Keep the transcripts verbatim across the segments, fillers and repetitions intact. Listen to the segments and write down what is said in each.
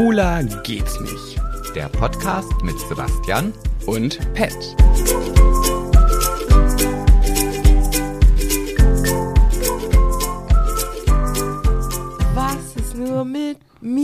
Schwuler geht's nicht. Der Podcast mit Sebastian Und Pet. Was ist nur mit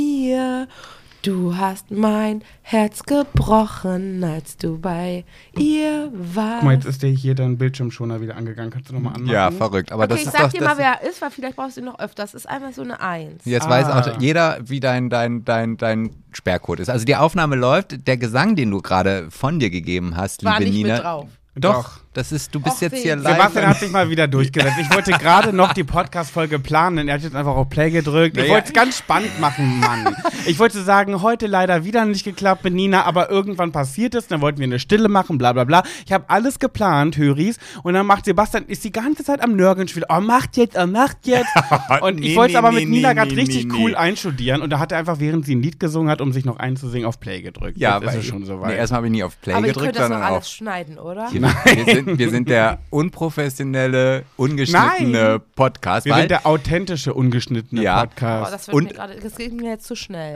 mir? Du hast mein Herz gebrochen, als du bei ihr warst. Guck mal, jetzt ist der hier dein Bildschirmschoner wieder angegangen. Kannst du nochmal anmachen? Ja, verrückt. Aber Okay, das ich ist sag doch, dir das mal, wer er ist, weil vielleicht brauchst du ihn noch öfter. Das ist einfach so eine Eins. Jetzt Ah. weiß auch jeder, wie dein, dein, dein, dein Sperrcode ist. Also die Aufnahme läuft. Der Gesang, den du gerade von dir gegeben hast, War liebe nicht Nina. mit drauf. Doch, das ist, du bist Och, jetzt weh. hier live. Sebastian hat sich mal wieder durchgesetzt. Ich wollte gerade noch die Podcast-Folge planen. Er hat jetzt einfach auf Play gedrückt. Ich Naja. wollte es ganz spannend machen, Mann. Ich wollte sagen, heute leider wieder nicht geklappt mit Nina, aber irgendwann passiert es. Dann wollten wir eine Stille machen, bla bla bla. Ich habe alles geplant, Höris. Und dann macht Sebastian, ist die ganze Zeit am Nörgeln schon wieder. Oh, macht jetzt, oh, macht jetzt. Und ich Nee, wollte es nee, aber nee, mit Nina nee, gerade nee, richtig nee, cool nee. einstudieren. Und da hat er einfach, während sie ein Lied gesungen hat, um sich noch einzusingen, auf Play gedrückt. Ja, jetzt ist weil es schon soweit. Nee, erstmal habe ich nie auf Play Aber ihr gedrückt, könnt das doch sondern alles auf. schneiden, oder? Wir, wir, sind, wir sind der unprofessionelle, ungeschnittene Nein. Podcast. Wir weil, sind der authentische, ungeschnittene Ja. Oh, Podcast. das, wird Und- mir grade, das geht mir jetzt zu schnell.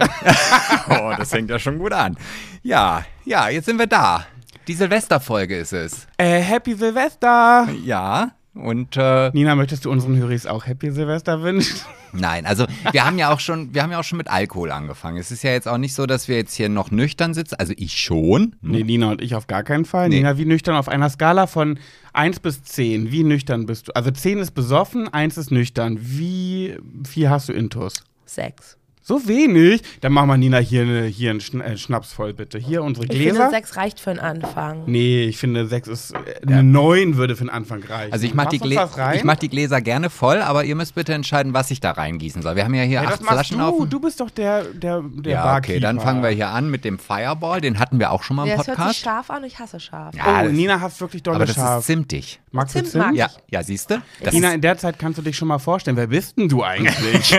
oh, das fängt ja schon gut an. Ja, ja, jetzt sind wir da. Die Silvesterfolge ist es. Äh, Happy Silvester! Ja, und äh, Nina, möchtest du unseren Höris auch Happy Silvester wünschen? nein, also wir haben ja auch schon, wir haben ja auch schon mit Alkohol angefangen. Es ist ja jetzt auch nicht so, dass wir jetzt hier noch nüchtern sitzen. Also ich schon. Nee, Nina und ich auf gar keinen Fall. Nee. Nina, wie nüchtern auf einer Skala von eins bis zehn? Wie nüchtern bist du? Also zehn ist besoffen, eins ist nüchtern. Wie viel hast du Intus? Sechs. So wenig? Dann machen wir Nina hier, eine, hier einen Schn äh, Schnaps voll, bitte. Hier unsere Ich Gläser. finde, sechs reicht für einen Anfang. Nee, ich finde sechs ist, äh, eine neun würde für den Anfang reichen. Also ich mach, die Machst du Glä- was rein? ich mach die Gläser gerne voll, aber ihr müsst bitte entscheiden, was ich da reingießen soll. Wir haben ja hier Ja, das acht machst Flaschen du. auf. dem- Du bist doch der, der, der Ja, Barkeeper. okay, dann fangen wir hier an mit dem Fireball. Den hatten wir auch schon mal im Ja, das hört sich Podcast. scharf an und ich hasse scharf. Ja, Oh, das- Nina hast wirklich dolle aber das scharf. ist zimtig. Magst du Zimt Zimt? mag Ja, ja, siehst du? Das Nina, ist- in der Zeit kannst du dich schon mal vorstellen, wer bist denn du eigentlich?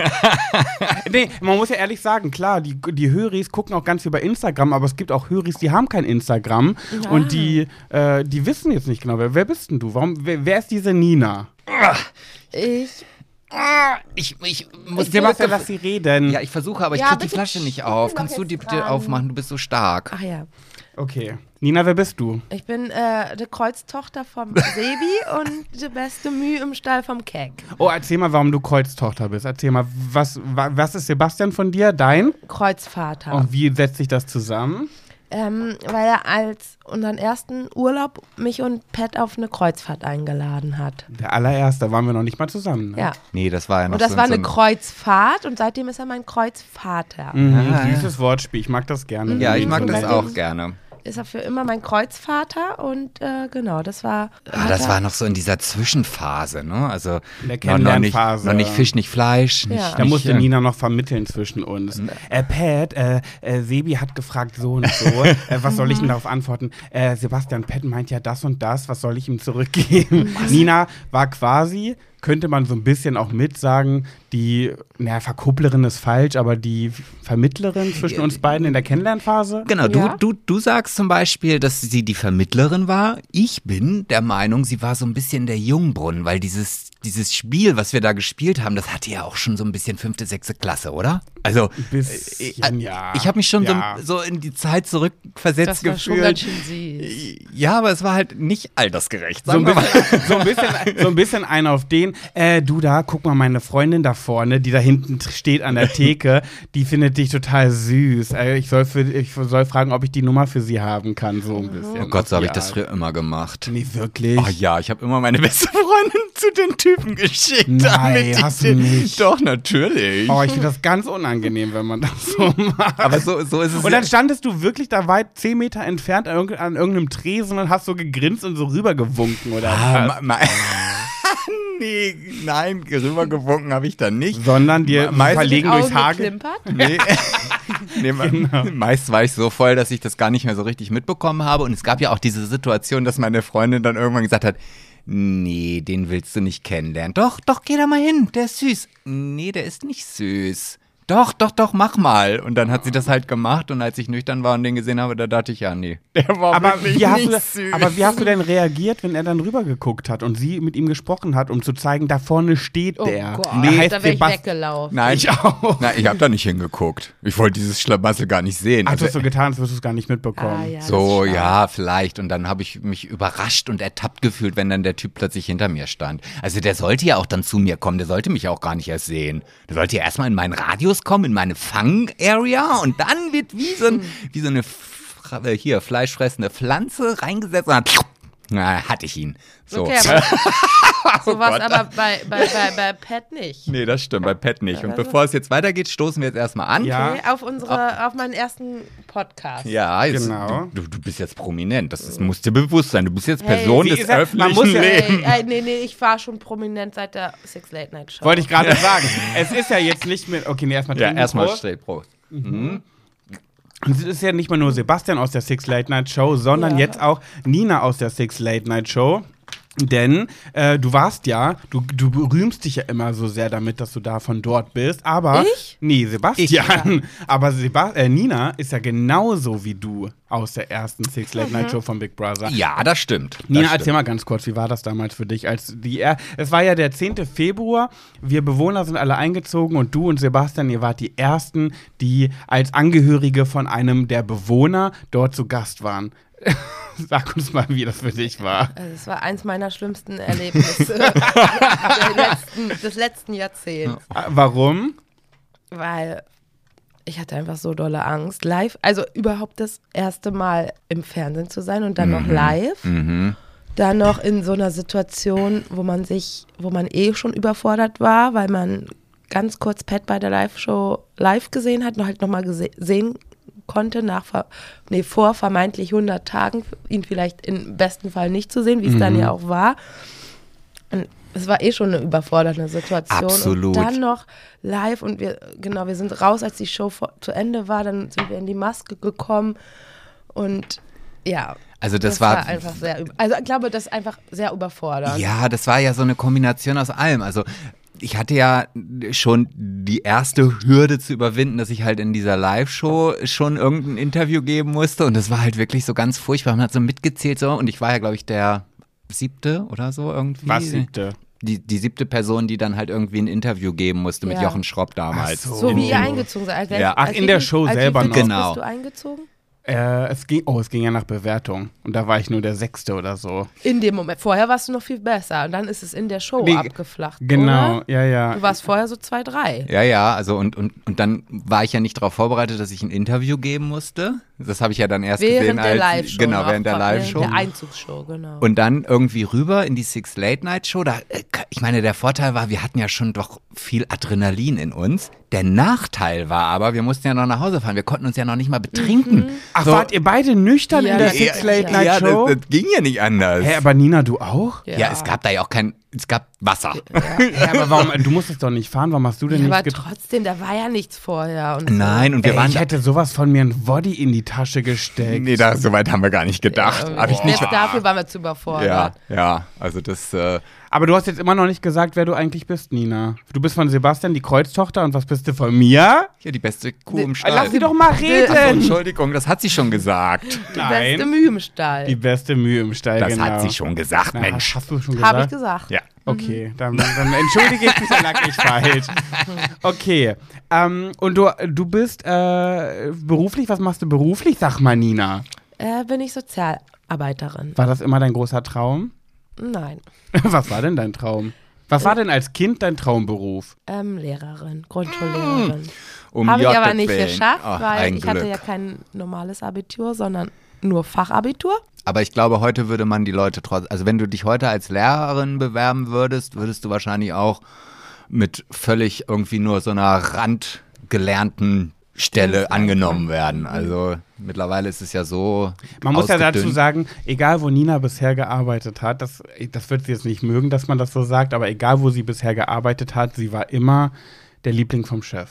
Nee, man muss ja ehrlich sagen, klar, die, die Höris gucken auch ganz viel bei Instagram, aber es gibt auch Höris, die haben kein Instagram Ja. und die, äh, die wissen jetzt nicht genau, wer, wer bist denn du? Warum, wer, wer ist diese Nina? Ich. ich, ich muss Sebastian, lass sie reden. Ja, ich versuche, aber ich Ja, krieg die bitte Flasche nicht schieb auf. ihn Kannst doch du die jetzt bitte dran. aufmachen? Du bist so stark. Ach ja. Okay. Nina, wer bist du? Ich bin äh, die Kreuztochter vom Sebi und die beste Mühe im Stall vom Keck. Oh, erzähl mal, warum du Kreuztochter bist. Erzähl mal, was, wa, was ist Sebastian von dir, dein? Kreuzvater. Und wie setzt sich das zusammen? Ähm, weil er als unseren ersten Urlaub mich und Pat auf eine Kreuzfahrt eingeladen hat. Der allererste, da waren wir noch nicht mal zusammen. Ne? Ja. Nee, das war ja noch Und das so, war so eine ein- Kreuzfahrt und seitdem ist er mein Kreuzvater. Mhm, Ah, ja. süßes Wortspiel, ich mag das gerne. Ja, ich mag Und das seitdem auch gerne. Ist er für immer mein Kreuzvater und äh, genau, das war. Ah, das war noch so in dieser Zwischenphase, ne? Also In der noch, noch, nicht, Kennenlernphase. noch nicht Fisch, nicht Fleisch. Nicht, Ja. Da nicht, musste äh, Nina noch vermitteln zwischen uns. Äh, Pat, äh, äh, Sebi hat gefragt so und so. äh, was soll ich denn darauf antworten? Äh, Sebastian, Pat meint ja das und das. Was soll ich ihm zurückgeben? Nina war quasi, könnte man so ein bisschen auch mit sagen, die, naja, Verkupplerin ist falsch, aber die Vermittlerin zwischen uns beiden in der Kennenlernphase. Genau, Ja. du, du, du sagst zum Beispiel, dass sie die Vermittlerin war. Ich bin der Meinung, sie war so ein bisschen der Jungbrunnen, weil dieses, dieses Spiel, was wir da gespielt haben, das hatte ja auch schon so ein bisschen fünfte, sechste Klasse, oder? Also, Bisschen, äh, ja. ich habe mich schon Ja. so, so in die Zeit zurückversetzt das war schon gefühlt. ganz schön süß. Ja, aber es war halt nicht altersgerecht. So ein, sagen wir mal. bisschen, so, ein bisschen, so ein bisschen ein auf den, äh, du da, guck mal, meine Freundin da vorne, die da hinten t- steht an der Theke, die findet dich total süß. Äh, ich, soll für, ich soll fragen, ob ich die Nummer für sie haben kann, so ein bisschen. Oh Gott, so habe ich Ja. das früher immer gemacht. Nee, wirklich? Oh ja, ich habe immer meine beste Freundin zu den Typen geschickt. Nein, damit die hast du den- nicht. Doch, natürlich. Oh, ich finde das ganz unangenehm, wenn man das so macht. Aber so, so ist es Und ja. dann standest du wirklich da weit zehn Meter entfernt an, irgend- an irgendeinem Tresen und hast so gegrinst und so rübergewunken, oder Ah, was? ma, ma, nee, nein, rübergewunken habe ich da nicht. Sondern dir Me- meist- verlegen Augen durchs Haar. geklimpert? Nee. nee, me- Genau. Meist war ich so voll, dass ich das gar nicht mehr so richtig mitbekommen habe. Und es gab ja auch diese Situation, dass meine Freundin dann irgendwann gesagt hat, nee, den willst du nicht kennenlernen. Doch, doch, geh da mal hin, der ist süß. Nee, der ist nicht süß. Doch, doch, doch, mach mal. Und dann hat sie das halt gemacht und als ich nüchtern war und den gesehen habe, da dachte ich, ja, nee. Der war aber, wirklich wie hast nicht du, süß. aber wie hast du denn reagiert, wenn er dann rübergeguckt hat und sie mit ihm gesprochen hat, um zu zeigen, da vorne steht Oh der. Gott, Der heißt da wäre ich Sebast- weggelaufen. Nein, Ich auch. Nein, ich habe da nicht hingeguckt. Ich wollte dieses Schlamassel gar nicht sehen. Hast du Also, so getan, als würdest du es gar nicht mitbekommen. Ah, ja, das so, ist schade. ja, vielleicht. Und dann habe ich mich überrascht und ertappt gefühlt, wenn dann der Typ plötzlich hinter mir stand. Also der sollte ja auch dann zu mir kommen, der sollte mich auch gar nicht erst sehen. Der sollte ja erstmal in meinen Radius kommen, in meine Fang-Area und dann wird wie so, ein, wie so eine F- hier, fleischfressende Pflanze reingesetzt und dann na, hatte ich ihn. So. Okay, aber so war Gott. es aber bei, bei, bei, bei Pat nicht. Nee, das stimmt, bei Pat nicht. Und also- bevor es jetzt weitergeht, stoßen wir jetzt erstmal an. Ja. Okay, auf unsere, auf meinen ersten Podcast. Ja, jetzt, Genau. du, du bist jetzt prominent, das ist, muss dir bewusst sein. Du bist jetzt Hey. Person Sie des ist ja- man öffentlichen muss ja- Lebens. Ey, ey, nee, nee, ich war schon prominent seit der Six Late Night Show. Wollte ich gerade sagen. Es ist ja jetzt nicht mehr. Okay, nee, erstmal Ja, trinken. erstmal Prost. straight, Prost. Und es ist ja nicht mehr nur Sebastian aus der Six Late Night Show, sondern Ja. jetzt auch Nina aus der Six Late Night Show. Denn äh, du warst ja, du, du berühmst dich ja immer so sehr damit, dass du da von dort bist. Aber. Ich? Nee, Sebastian. Aber Seba äh, Nina ist ja genauso wie du aus der ersten Six Late Night Show von Big Brother. Ja, das stimmt. Das Nina, stimmt. erzähl mal ganz kurz, wie war das damals für dich? Als die er es war ja der zehnte Februar, wir Bewohner sind alle eingezogen und du und Sebastian, ihr wart die Ersten, die als Angehörige von einem der Bewohner dort zu Gast waren. Sag uns mal, wie das für dich war. Also, es war eins meiner schlimmsten Erlebnisse der letzten, des letzten Jahrzehnts. Äh, Warum? Weil ich hatte einfach so dolle Angst, live, also überhaupt das erste Mal im Fernsehen zu sein und dann noch live. Mhm. Dann noch in so einer Situation, wo man sich, wo man eh schon überfordert war, weil man ganz kurz Pat bei der Live-Show live gesehen hat, noch halt nochmal gese- sehen konnte, nach, ver- nee, vor vermeintlich hundert Tagen, ihn vielleicht im besten Fall nicht zu sehen, wie es dann ja auch war. Und es war eh schon eine überfordernde Situation. Absolut. Und dann noch live und wir, genau, wir sind raus, als die Show vor, zu Ende war, dann sind wir in die Maske gekommen und ja. Also das war- einfach sehr, über- also ich glaube, das ist einfach sehr überfordernd. Ja, das war ja so eine Kombination aus allem. Also ich hatte ja schon die erste Hürde zu überwinden, dass ich halt in dieser Live-Show schon irgendein Interview geben musste und das war halt wirklich so ganz furchtbar. Man hat so mitgezählt so und ich war ja, glaube ich, der siebte oder so irgendwie. Was siebte? Die, die siebte Person, die dann halt irgendwie ein Interview geben musste mit Ja. Jochen Schropp damals. Ach so. So In wie ihr dem- eingezogen seid. Als Ja. welch- Ach, als in der wie viel- Show als selber wie viel noch. Genau. Bist du eingezogen? Äh, es ging, oh, es ging ja nach Bewertung. Und da war ich nur der Sechste oder so. In dem Moment. Vorher warst du noch viel besser. Und dann ist es in der Show Nee, abgeflacht. Genau, Oder? ja, ja. Du warst vorher so zwei, drei. Ja, ja, also und, und, und dann war ich ja nicht darauf vorbereitet, dass ich ein Interview geben musste. Das habe ich ja dann erst gesehen, Während der als Live-Show. genau, noch, während der Live-Show. Während der Einzugsshow, genau. Und dann irgendwie rüber in die Six Late Night Show. Da, äh, ich meine, der Vorteil war, wir hatten ja schon doch viel Adrenalin in uns. Der Nachteil war aber, wir mussten ja noch nach Hause fahren. Wir konnten uns ja noch nicht mal betrinken. Ach, So- wart ihr beide nüchtern Ja, in der das- Six ja, Late Night ja, Show? das, das ging ja nicht anders. Hä, aber Nina, du auch? ja. es gab da ja auch kein, es gab Wasser. Ja, aber warum, du musstest doch nicht fahren, warum hast du denn Ja, nichts aber getrunken? trotzdem, da war ja nichts vorher. Und so. Nein, und wir Ey, waren ich hätte sowas von mir ein Body in die Tasche gesteckt. Nee, da, so weit haben wir gar nicht gedacht. Ähm, Hab ich nicht. Selbst dafür waren wir zu überfordert. Ja, ja, also das, äh, Aber du hast jetzt immer noch nicht gesagt, wer du eigentlich bist, Nina. Du bist von Sebastian, die Kreuztochter, und was bist du von mir? hier die beste Kuh im Äh, Stall. Lass sie doch mal Ach so, reden! Entschuldigung, das hat sie schon gesagt. Die beste Mühe im Stall. Die beste Mühe im Stall, Das genau. hat sie schon gesagt, Na, Mensch. Hast du schon gesagt? Habe ich gesagt. Ja. Okay, dann, dann entschuldige ich mich, dann lag ich falsch. Okay, ähm, und du, du bist äh, beruflich, was machst du beruflich? Sag mal, Nina. Äh, bin ich Sozialarbeiterin? War das immer dein großer Traum? Nein. Was war denn dein Traum? Was war denn als Kind dein Traumberuf? Ähm, Lehrerin, Grundschullehrerin. Um Habe ich aber Gottes nicht Willen. geschafft, Ach, weil ein ich hatte Glück. ja kein normales Abitur, sondern nur Fachabitur. Aber ich glaube, heute würde man die Leute trotzdem, also wenn du dich heute als Lehrerin bewerben würdest, würdest du wahrscheinlich auch mit völlig irgendwie nur so einer randgelernten Stelle angenommen werden. Also mittlerweile ist es ja so Man muss ja dazu ausgedünnt. sagen, egal wo Nina bisher gearbeitet hat, das, das wird sie jetzt nicht mögen, dass man das so sagt, aber egal wo sie bisher gearbeitet hat, sie war immer der Liebling vom Chef.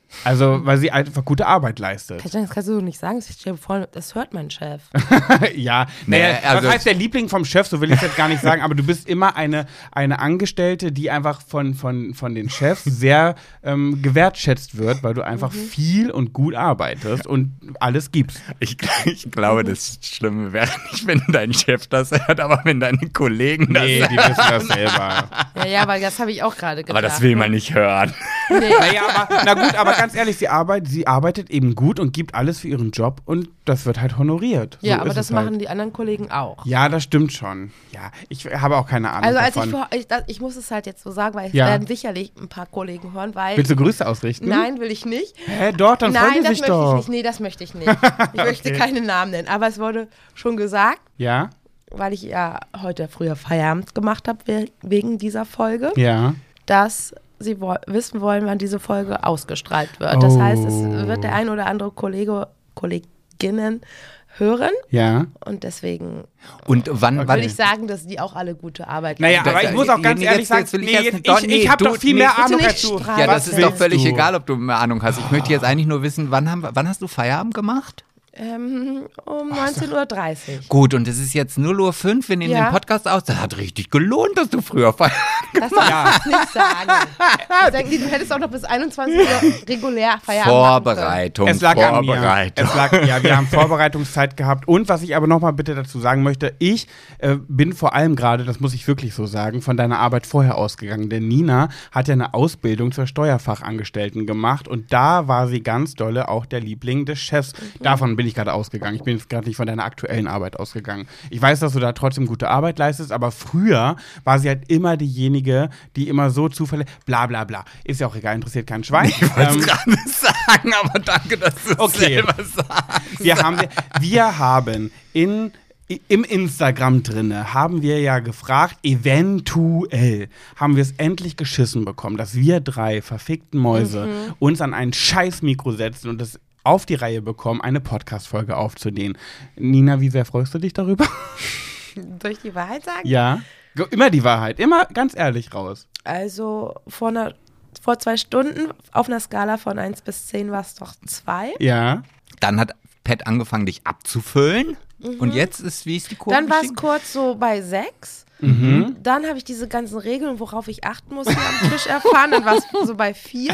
Also, weil sie einfach gute Arbeit leistet. Das kannst du so nicht sagen. Ich stell dir vor, das hört mein Chef. Ja, Nee, naja, also- das heißt der Liebling vom Chef, so will ich es jetzt gar nicht sagen, aber du bist immer eine, eine Angestellte, die einfach von, von, von den Chefs sehr ähm, gewertschätzt wird, weil du einfach Mhm. viel und gut arbeitest und alles gibst. Ich, ich glaube, das Schlimme wäre nicht, wenn dein Chef das hört, aber wenn deine Kollegen das Nee, hören. die wissen das selber. Ja, ja, weil das habe ich auch gerade gedacht. Aber das will man nicht hören. Nee. Naja, aber, na gut, aber ganz ehrlich, sie arbeitet, sie arbeitet eben gut und gibt alles für ihren Job und das wird halt honoriert. Ja, So aber ist das es halt. machen die anderen Kollegen auch. Ja, das stimmt schon. Ja, ich habe auch keine Ahnung Also als ich, davon. vor, ich, das, ich muss es halt jetzt so sagen, weil es Ja. werden sicherlich ein paar Kollegen hören, weil Willst du Grüße ausrichten? nein, will ich nicht. Hä, doch, dann freuen Nein, die das sich möchte doch. ich nicht. Nee, das möchte ich nicht. Ich möchte Okay. keine Namen nennen, aber es wurde schon gesagt, Ja, weil ich ja heute früher Feierabend gemacht habe we wegen dieser Folge, ja. dass sie wo wissen wollen, wann diese Folge ausgestrahlt wird. Das heißt, es Oh. wird der ein oder andere Kollege, Kolleginnen hören Ja. und deswegen Und wann, Okay. wann würde ich sagen, dass die auch alle gute Arbeit Naja, leisten. aber ich muss auch ganz Jetzt- ehrlich sagen, jetzt will ich nee, jetzt jetzt, nicht- doch, ich, nee, ich habe du- doch viel nee, mehr bitte Ahnung nicht als du. streiten. Ja, Was das ist willst doch völlig du? egal, ob du mehr Ahnung hast. Ich möchte jetzt eigentlich nur wissen, wann, haben, wir- wann hast du Feierabend gemacht? Ähm, um neunzehn Uhr dreißig. Gut, und es ist jetzt null Uhr fünf, wir nehmen Ja. den Podcast aus. Das hat richtig gelohnt, dass du früher Feierabend Das soll ich nicht sagen. Ich denke, du hättest auch noch bis einundzwanzig Uhr regulär Feierabend machen können. Vorbereitung, Es lag an mir. Vorbereitung. Es lag, ja, wir haben Vorbereitungszeit gehabt. Und was ich aber nochmal bitte dazu sagen möchte, ich äh, bin vor allem gerade, das muss ich wirklich so sagen, von deiner Arbeit vorher ausgegangen. Denn Nina hat ja eine Ausbildung zur Steuerfachangestellten gemacht und da war sie ganz dolle auch der Liebling des Chefs. Davon bin ich gerade ausgegangen. Ich bin jetzt gerade nicht von deiner aktuellen Arbeit ausgegangen. Ich weiß, dass du da trotzdem gute Arbeit leistest, aber früher war sie halt immer diejenige, die immer so zufällig, bla bla bla. Ist ja auch egal, interessiert kein Schwein. Ich wollte es gerade sagen, aber danke, dass du es Okay. selber sagst. Wir haben, wir haben in, im Instagram drinne, haben wir ja gefragt, eventuell haben wir es endlich geschissen bekommen, dass wir drei verfickten Mäuse uns an ein scheiß Mikro setzen und es auf die Reihe bekommen, eine Podcast-Folge aufzunehmen. Nina, wie sehr freust du dich darüber? Soll ich die Wahrheit sagen? Ja. Immer die Wahrheit, immer ganz ehrlich raus. Also vor, einer, vor zwei Stunden auf einer Skala von eins bis zehn war es doch zwei. Ja. Dann hat Pat angefangen, dich abzufüllen. Und jetzt ist, wie ist die Kurve? Dann war es gestiegen? kurz so bei sechs. Mhm. Dann habe ich diese ganzen Regeln, worauf ich achten muss, hier am Tisch erfahren. Dann war es so bei vier.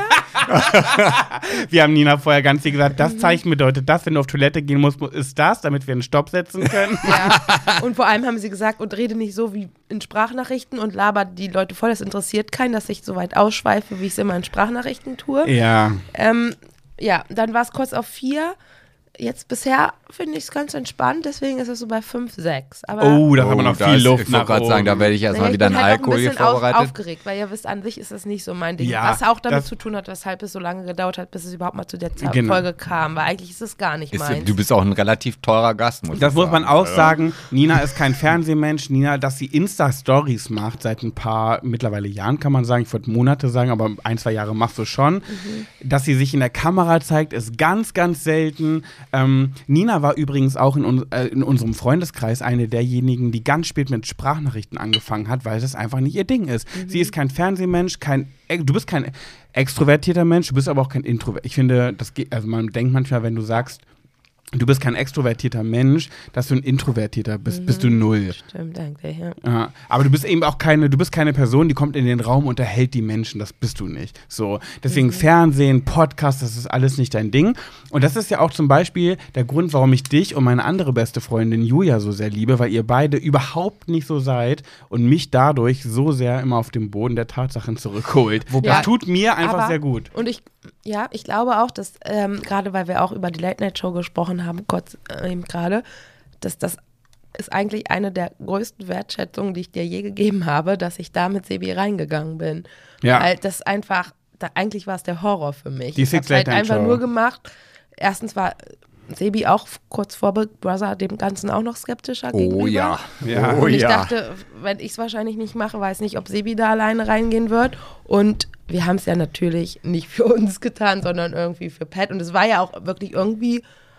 Wir haben Nina vorher ganz viel gesagt, das Zeichen bedeutet das, wenn du auf Toilette gehen musst, ist das, damit wir einen Stopp setzen können. Ja. Und vor allem haben sie gesagt, und rede nicht so wie in Sprachnachrichten und labert die Leute voll. Das interessiert keinen, dass ich so weit ausschweife, wie ich es immer in Sprachnachrichten tue. Ja. Ähm, ja, dann war es kurz auf vier. Jetzt bisher finde ich es ganz entspannt, deswegen ist es so bei fünf, sechs. Aber Oh, da haben wir noch da viel ist- Luft Ich nach wollte gerade oben. sagen, da werde ich naja, erstmal ich wieder bin einen halt auch ein Alkohol hier bisschen auf, vorbereitet. aufgeregt, weil ihr wisst, an sich ist das nicht so mein Ding. Ja, Was auch damit das- zu tun hat, weshalb es so lange gedauert hat, bis es überhaupt mal zu der Ze- Genau. Folge kam, weil eigentlich ist es gar nicht Ist, meins. du bist auch ein relativ teurer Gast, muss Das ich muss man sagen. auch Ja. sagen. Nina ist kein Fernsehmensch. Nina, dass sie Insta-Stories macht seit ein paar, mittlerweile Jahren kann man sagen, ich würde Monate sagen, aber ein, zwei Jahre machst du schon. Dass sie sich in der Kamera zeigt, ist ganz, ganz selten. Ähm, Nina war übrigens auch in, un äh, in unserem Freundeskreis eine derjenigen, die ganz spät mit Sprachnachrichten angefangen hat, weil das einfach nicht ihr Ding ist. Sie ist kein Fernsehmensch, kein, äh, du bist kein extrovertierter Mensch, du bist aber auch kein Introvert. Ich finde, das geht, also man denkt manchmal, wenn du sagst, du bist kein extrovertierter Mensch, dass du ein Introvertierter bist, bist du null. Stimmt, danke. Ja. Ja, aber du bist eben auch keine, du bist keine Person, die kommt in den Raum und unterhält die Menschen, das bist du nicht. So, deswegen Fernsehen, Podcast, das ist alles nicht dein Ding. Und das ist ja auch zum Beispiel der Grund, warum ich dich und meine andere beste Freundin Julia so sehr liebe, weil ihr beide überhaupt nicht so seid und mich dadurch so sehr immer auf den Boden der Tatsachen zurückholt. Ja, das tut mir einfach aber- sehr gut. Und ich, ja, ich glaube auch, dass, ähm, gerade weil wir auch über die Late-Night-Show gesprochen haben, kurz äh, eben gerade, dass das ist eigentlich eine der größten Wertschätzungen, die ich dir je gegeben habe, dass ich da mit Sebi reingegangen bin. Ja. Weil das einfach, da, eigentlich war es der Horror für mich. Die ich habe Six halt Late Night einfach Show. nur gemacht. Erstens war Sebi auch kurz vor Big Brother dem Ganzen auch noch skeptischer Oh gegenüber. ja. Ja. Oh Und ich ja. dachte, wenn ich es wahrscheinlich nicht mache, weiß nicht, ob Sebi da alleine reingehen wird. Und wir haben es ja natürlich nicht für uns getan, sondern irgendwie für Pat. Und es war ja auch wirklich irgendwie,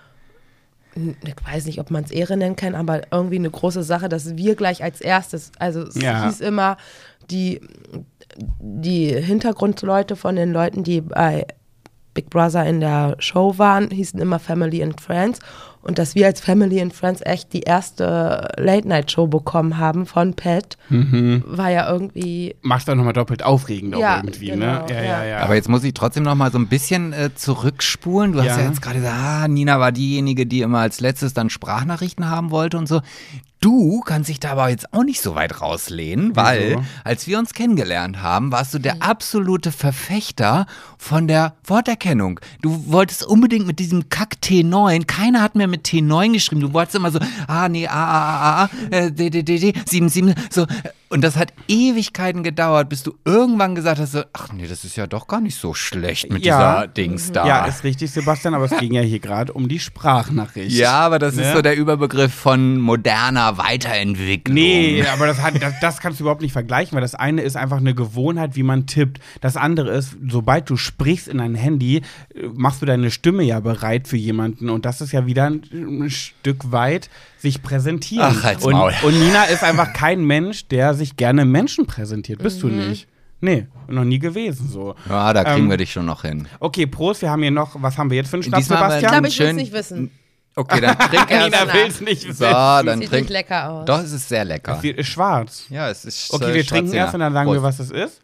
ich weiß nicht, ob man es Ehre nennen kann, aber irgendwie eine große Sache, dass wir gleich als erstes, also es Ja. hieß immer, die, die Hintergrundleute von den Leuten, die bei Big Brother in der Show waren, hießen immer Family and Friends. Und dass wir als Family and Friends echt die erste Late-Night-Show bekommen haben von Pat, mhm. war ja irgendwie... Macht auch nochmal doppelt aufregend ja, auch irgendwie, genau, ne? Ja, ja, ja. Aber jetzt muss ich trotzdem nochmal so ein bisschen äh, zurückspulen. Du hast ja, ja jetzt gerade gesagt, ah, Nina war diejenige, die immer als letztes dann Sprachnachrichten haben wollte und so. Du kannst dich da aber jetzt auch nicht so weit rauslehnen, weil Wieso? Als wir uns kennengelernt haben, warst du der absolute Verfechter von der Worterkennung. Du wolltest unbedingt mit diesem Kack T neun, keiner hat mehr mit T neun geschrieben, du wolltest immer so, ah nee, A, A, A, A, äh, D, D, D, D, sieben, sieben, so. Und das hat Ewigkeiten gedauert, bis du irgendwann gesagt hast, so, ach nee, das ist ja doch gar nicht so schlecht mit Ja. dieser Dings da. Ja, ist richtig, Sebastian, aber es ging ja hier gerade um die Sprachnachricht. Ja, aber das Ne? ist so der Überbegriff von moderner Weiterentwicklung. Nee, aber das, hat, das, das kannst du überhaupt nicht vergleichen, weil das eine ist einfach eine Gewohnheit, wie man tippt. Das andere ist, sobald du sprichst in dein Handy, äh, machst du deine Stimme ja bereit für jemanden und das ist ja wieder ein, ein Stück weit sich präsentieren. Ach, halt's und, Maul. und Nina ist einfach kein Mensch, der sich gerne Menschen präsentiert. Bist du nicht? Nee, noch nie gewesen so. Ja, da kriegen Ähm, wir dich schon noch hin. Okay, Prost, wir haben hier noch, was haben wir jetzt für einen Schnaps, Diesmal haben wir Ich Sebastian? glaube, ich will es schön- nicht wissen. Okay, dann trink erst. Nina danach. will's nicht So, wissen. dann Sieht trink. nicht lecker aus. Doch, es ist sehr lecker. Sie ist schwarz. Ja, es ist Okay, äh, wir trinken Schwarzinger. erst und dann sagen wir, Prost. was es ist.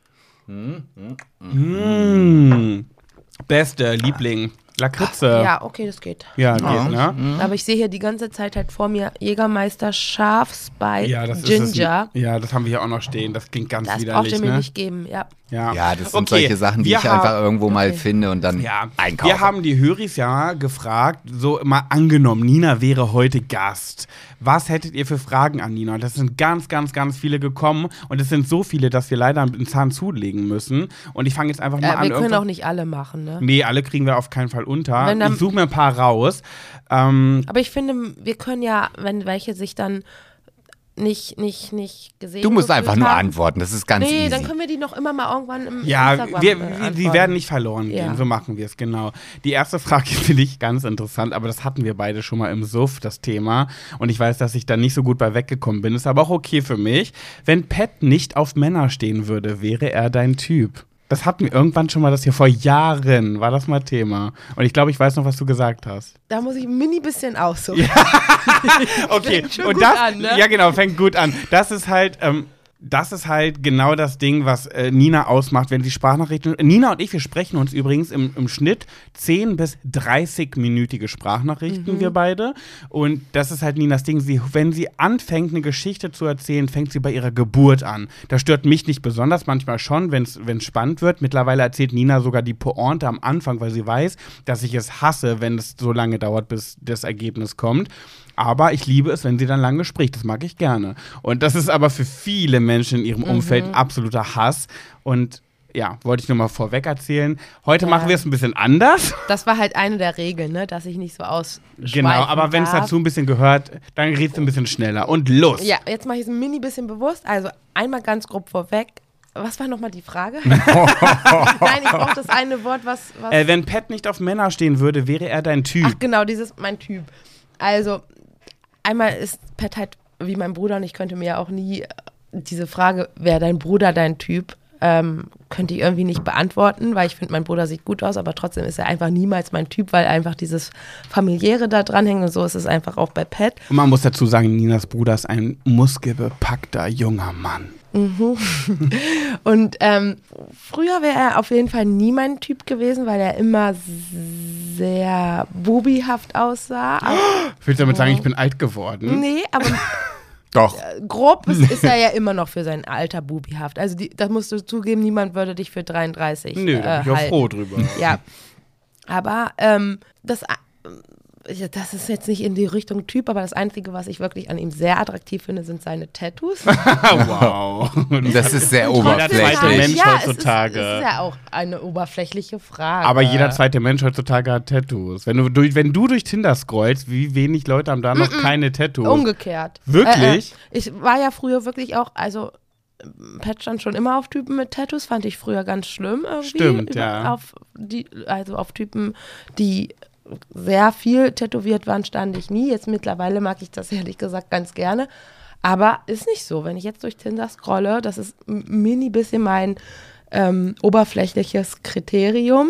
Mmh. Beste Liebling. Lakritze. Ja, okay, das geht. Ja, Ja. geht, ne? Aber ich sehe hier die ganze Zeit halt vor mir Jägermeister Schafspeis Ja, das Ginger. ist es. Ja, das haben wir hier auch noch stehen. Das klingt ganz Das braucht widerlich, ihr mir ne? nicht geben, ja. Ja. Ja, das sind Okay, solche Sachen, die wir ich einfach haben- irgendwo mal Okay. finde und dann Ja, einkaufe. wir haben die Höris ja gefragt, so mal angenommen, Nina wäre heute Gast. Was hättet ihr für Fragen an Nina? Und das sind ganz, ganz, ganz viele gekommen und es sind so viele, dass wir leider einen Zahn zulegen müssen. Und ich fange jetzt einfach mal Äh, an. wir können irgendwas- auch nicht alle machen, ne? Nee, alle kriegen wir auf keinen Fall unter. Wenn dann- Ich suche mir ein paar raus. Ähm, Aber ich finde, wir können ja, wenn welche sich dann nicht, nicht, nicht gesehen Du musst gefühlt einfach nur haben, antworten, das ist ganz Nee, easy. dann können wir die noch immer mal irgendwann im Ja, Instagram wir, äh, wir, die antworten. werden nicht verloren gehen, Ja. so machen wir es, genau. Die erste Frage finde ich ganz interessant, aber das hatten wir beide schon mal im Suff, das Thema. Und ich weiß, dass ich da nicht so gut bei weggekommen bin, ist aber auch okay für mich. Wenn Pat nicht auf Männer stehen würde, wäre er dein Typ? Das hatten wir irgendwann schon mal, das hier vor Jahren war das mal Thema. Und ich glaube, ich weiß noch, was du gesagt hast. Da muss ich ein mini bisschen aussuchen. Okay, Fängt schon und gut das, an, ne? ja genau, fängt gut an. Das ist halt, ähm, das ist halt genau das Ding, was äh, Nina ausmacht, wenn sie Sprachnachrichten. Nina und ich, wir sprechen uns übrigens im, im Schnitt zehn bis dreißig-minütige Sprachnachrichten, Mhm. wir beide. Und das ist halt Ninas Ding. Sie, wenn sie anfängt, eine Geschichte zu erzählen, fängt sie bei ihrer Geburt an. Das stört mich nicht besonders, manchmal schon, wenn es spannend wird. Mittlerweile erzählt Nina sogar die Pointe am Anfang, weil sie weiß, dass ich es hasse, wenn es so lange dauert, bis das Ergebnis kommt. Aber ich liebe es, wenn sie dann lange spricht. Das mag ich gerne. Und das ist aber für viele Menschen in ihrem Umfeld absoluter Hass. Und ja, wollte ich nur mal vorweg erzählen. Heute Ja. machen wir es ein bisschen anders. Das war halt eine der Regeln, ne, dass ich nicht so ausschweifen Genau, aber wenn es darf. dazu ein bisschen gehört, dann redest du ein bisschen schneller. Und los! Ja, jetzt mache ich es ein mini bisschen bewusst. Also einmal ganz grob vorweg. Was war nochmal die Frage? Nein, ich brauche das eine Wort, was... was Äh, wenn Pat nicht auf Männer stehen würde, wäre er dein Typ. Ach genau, dieses mein Typ. Also einmal ist Pat halt wie mein Bruder und ich könnte mir ja auch nie äh, diese Frage, wäre dein Bruder dein Typ, ähm, könnte ich irgendwie nicht beantworten, weil ich finde, mein Bruder sieht gut aus, aber trotzdem ist er einfach niemals mein Typ, weil einfach dieses Familiäre da dranhängt und so ist es einfach auch bei Pat. Und man muss dazu sagen, Ninas Bruder ist ein muskelbepackter junger Mann. Und ähm, früher wäre er auf jeden Fall nie mein Typ gewesen, weil er immer sehr bubihaft aussah. Aber, Willst du damit sagen, ich bin alt geworden? nee, aber Doch. grob ist, ist er ja immer noch für sein Alter bubihaft. Also die, das musst du zugeben, niemand würde dich für dreiunddreißig Nö, äh, da bin ich auch halten. froh drüber. Ja, aber ähm, das, ja, das ist jetzt nicht in die Richtung Typ, aber das Einzige, was ich wirklich an ihm sehr attraktiv finde, sind seine Tattoos. Wow. Das ist sehr Jeder zweite oberflächlich. Mensch ja, heutzutage. Es ist, es ist ja auch eine oberflächliche Frage. Aber jeder zweite Mensch heutzutage hat Tattoos. Wenn du durch, wenn du durch Tinder scrollst, wie wenig Leute haben da noch keine Tattoos? Umgekehrt. Wirklich? Äh, äh, ich war ja früher wirklich auch, also Pat stand schon immer auf Typen mit Tattoos, fand ich früher ganz schlimm irgendwie. Stimmt, Über- ja. Auf die, also auf Typen, die sehr viel tätowiert waren, stand ich nie. Jetzt mittlerweile mag ich das ehrlich gesagt ganz gerne. Aber ist nicht so. Wenn ich jetzt durch Tinder scrolle, das ist ein mini bisschen mein ähm, oberflächliches Kriterium.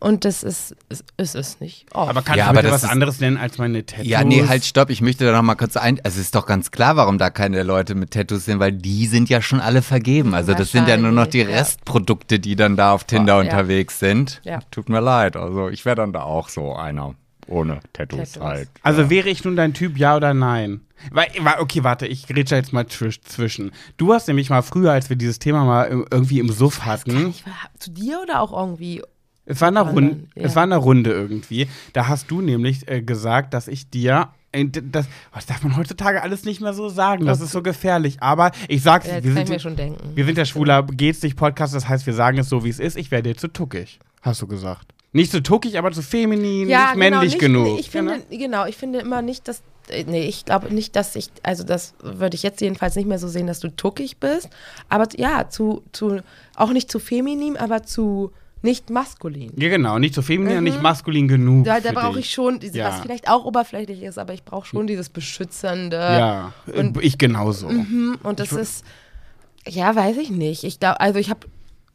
Und das ist, ist, ist es nicht. Oh. Aber kannst Ja, du aber bitte das was ist- anderes nennen als meine Tattoos? Ja, nee, halt, stopp. Ich möchte da noch mal kurz ein. Also es ist doch ganz klar, warum da keine Leute mit Tattoos sind, weil die sind ja schon alle vergeben. Also das sind ja nur noch die Wahrscheinlich, ja. Restprodukte, die dann da auf Tinder Oh, ja. unterwegs sind. Ja. Tut mir leid. Also ich wäre dann da auch so einer ohne Tattoos, Tattoos. halt. Also wäre ich nun dein Typ, ja oder nein? Weil, wa- okay, warte, ich grätsche jetzt mal zwisch- zwischen. Du hast nämlich mal früher, als wir dieses Thema mal im- irgendwie im Suff Kann hatten, ich, zu dir oder auch irgendwie? es war, eine anderen, Runde, ja. es war eine Runde irgendwie, da hast du nämlich äh, gesagt, dass ich dir, äh, d- das, oh, das darf man heutzutage alles nicht mehr so sagen, das ist so gefährlich, aber ich sag's, Ja, jetzt wir kann ich sind, mir schon denken. wir sind der Schwuler geht's nicht Podcast, das heißt, wir sagen es so, wie es ist, ich werde dir zu tuckig, hast du gesagt. Nicht zu tuckig, aber zu feminin, Ja, nicht männlich nicht, genug. nee, Ich finde, genau, ich finde immer nicht, dass, äh, nee, ich glaube nicht, dass ich, also das würde ich jetzt jedenfalls nicht mehr so sehen, dass du tuckig bist, aber ja, zu, zu, auch nicht zu feminin, aber zu nicht maskulin. Ja, genau, nicht zu feminin, nicht maskulin genug. Da, da für brauche dich. ich schon, diese, Ja. was vielleicht auch oberflächlich ist, aber ich brauche schon dieses Beschützende. Ja, Und- ich genauso. Mhm, und das ist, ja, weiß ich nicht. Ich glaube, also ich habe,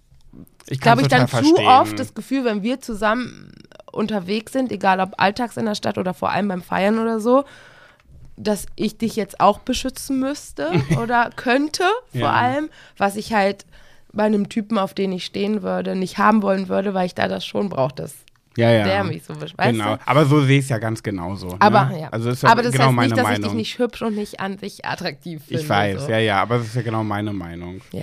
Ich glaube kann's ich, dann total zu verstehen. oft das Gefühl, wenn wir zusammen unterwegs sind, egal ob alltags in der Stadt oder vor allem beim Feiern oder so, dass ich dich jetzt auch beschützen müsste oder könnte, vor Ja. allem, was ich halt bei einem Typen, auf den ich stehen würde, nicht haben wollen würde, weil ich da das schon brauche, dass ja, ja. der mich so beschützt. Weißt Genau, du? aber so sehe ich es ja ganz genauso. Aber, ne? ja. Also ist ja aber das genau heißt meine nicht, dass Meinung. ich dich nicht hübsch und nicht an sich attraktiv finde. Ich weiß, so. ja, ja, aber das ist ja genau meine Meinung. Ja.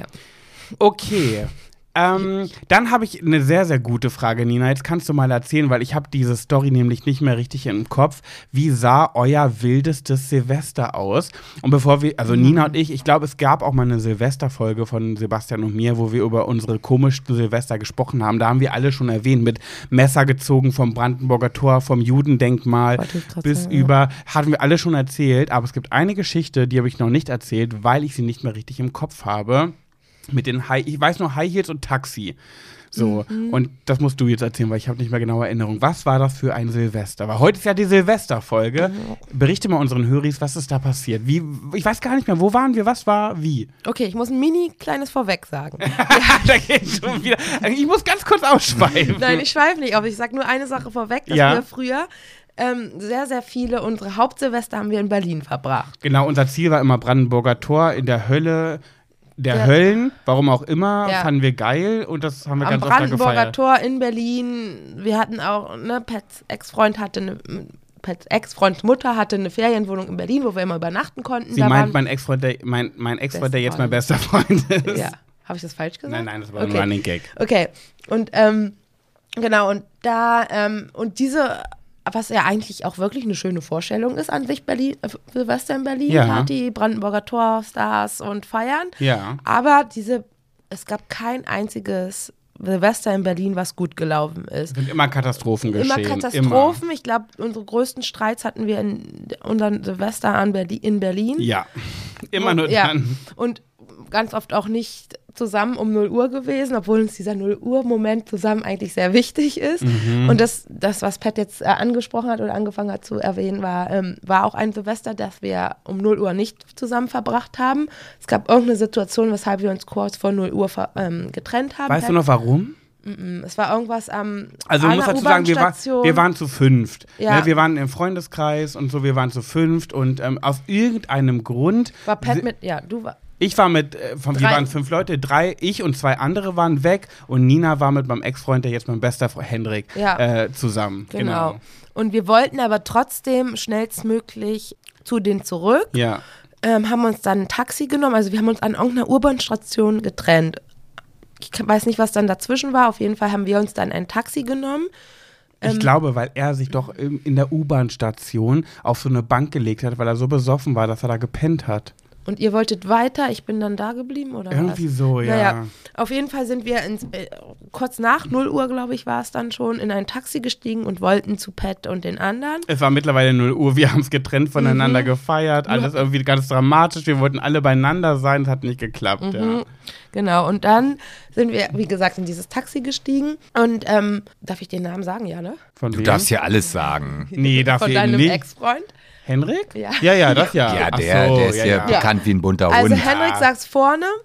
Okay. Ähm, dann habe ich eine sehr, sehr gute Frage, Nina. Jetzt kannst du mal erzählen, weil ich habe diese Story nämlich nicht mehr richtig im Kopf. Wie sah euer wildestes Silvester aus? Und bevor wir, also Nina und ich, ich glaube, es gab auch mal eine Silvesterfolge von Sebastian und mir, wo wir über unsere komischsten Silvester gesprochen haben. Da haben wir alle schon erwähnt, mit Messer gezogen vom Brandenburger Tor, vom Judendenkmal Wollte ich grad bis sagen, ja. über, hatten wir alle schon erzählt. Aber es gibt eine Geschichte, die habe ich noch nicht erzählt, weil ich sie nicht mehr richtig im Kopf habe. Mit den High, ich weiß nur High Heels und Taxi. So, Mhm. und das musst du jetzt erzählen, weil ich habe nicht mehr genaue Erinnerung. Was war das für ein Silvester? Weil heute ist ja die Silvesterfolge. Berichte mal unseren Höris, was ist da passiert? Wie, ich weiß gar nicht mehr, wo waren wir, was war, wie? Okay, ich muss ein mini kleines Vorweg sagen. da geht schon wieder. Ich muss ganz kurz ausschweifen. Nein, ich schweife nicht auf. Ich sage nur eine Sache vorweg, dass Ja. wir früher ähm, sehr, sehr viele, unsere Hauptsilvester haben wir in Berlin verbracht. Genau, unser Ziel war immer Brandenburger Tor in der Hölle. Der Ja. Höllen, warum auch immer, Ja. fanden wir geil und das haben wir Am ganz oft da Brandenburger gefeiert. Tor in Berlin. Wir hatten auch, ne, Pets Ex-Freund hatte eine, Pets Ex-Freunds Mutter hatte eine Ferienwohnung in Berlin, wo wir immer übernachten konnten. Sie Da meint waren- mein Ex-Freund, der, mein, mein Ex-Freund, der Bester jetzt mein Freund. bester Freund ist. Ja, habe ich das falsch gesagt? Nein, nein, das war Okay. nur ein Gag. Okay, und ähm, genau, und da, ähm, und diese, was ja eigentlich auch wirklich eine schöne Vorstellung ist an sich, Berlin, äh, Silvester in Berlin, Ja. Party, Brandenburger Tor, Stars und Feiern. Ja. Aber diese, es gab kein einziges Silvester in Berlin, was gut gelaufen ist. Sind immer Katastrophen geschehen. Immer Katastrophen. Ich glaube, unsere größten Streits hatten wir in unseren Silvester an Berlin, in Berlin. Immer. Ja. Immer nur ja. dann. Und ganz oft auch nicht zusammen um null Uhr gewesen, obwohl uns dieser null Uhr Moment zusammen eigentlich sehr wichtig ist. Mhm. Und das, das, was Pat jetzt äh, angesprochen hat oder angefangen hat zu erwähnen, war, ähm, war auch ein Silvester, das wir um null Uhr nicht zusammen verbracht haben. Es gab irgendeine Situation, weshalb wir uns kurz vor null Uhr ver, ähm, getrennt haben. Weißt Pat, du noch warum? Es war irgendwas am Also man muss an der dazu sagen, wir, war, U-Bahn-Station. wir waren zu fünft. Ja. Ne, wir waren im Freundeskreis und so, wir waren zu fünft und ähm, aus irgendeinem Grund. War Pat mit, ja, du war. Ich war mit, äh, von, wir Drei. waren fünf Leute, drei, ich und zwei andere waren weg und Nina war mit meinem Ex-Freund, der jetzt mein bester Freund, Hendrik, Ja. äh, zusammen. Genau. Genau. Und wir wollten aber trotzdem schnellstmöglich zu denen zurück. Ja. Ähm, haben uns dann ein Taxi genommen. Also wir haben uns an irgendeiner U-Bahn-Station getrennt. Ich kann- weiß nicht, was dann dazwischen war. Auf jeden Fall haben wir uns dann ein Taxi genommen. Ähm, Ich glaube, weil er sich doch im- in der U-Bahn-Station auf so eine Bank gelegt hat, weil er so besoffen war, dass er da gepennt hat. Und ihr wolltet weiter, ich bin dann da geblieben, oder Irgendwie was? so, ja. Naja, auf jeden Fall sind wir ins, äh, kurz nach null Uhr, glaube ich, war es dann schon, in ein Taxi gestiegen und wollten zu Pat und den anderen. Es war mittlerweile null Uhr, wir haben es getrennt voneinander gefeiert, alles irgendwie ganz dramatisch, wir wollten alle beieinander sein, es hat nicht geklappt, ja. Genau, und dann sind wir, wie gesagt, in dieses Taxi gestiegen. Und ähm, darf ich den Namen sagen, ja, ne? Von Du wem? darfst hier alles sagen. Nee, darf Von ich deinem nicht. Ex-Freund. Henrik? Ja. Ja, ja, das ja. Ja, Ach der, so, der ist ja, ja, ja. bekannt wie ein bunter Also Hund. Henrik saß vorne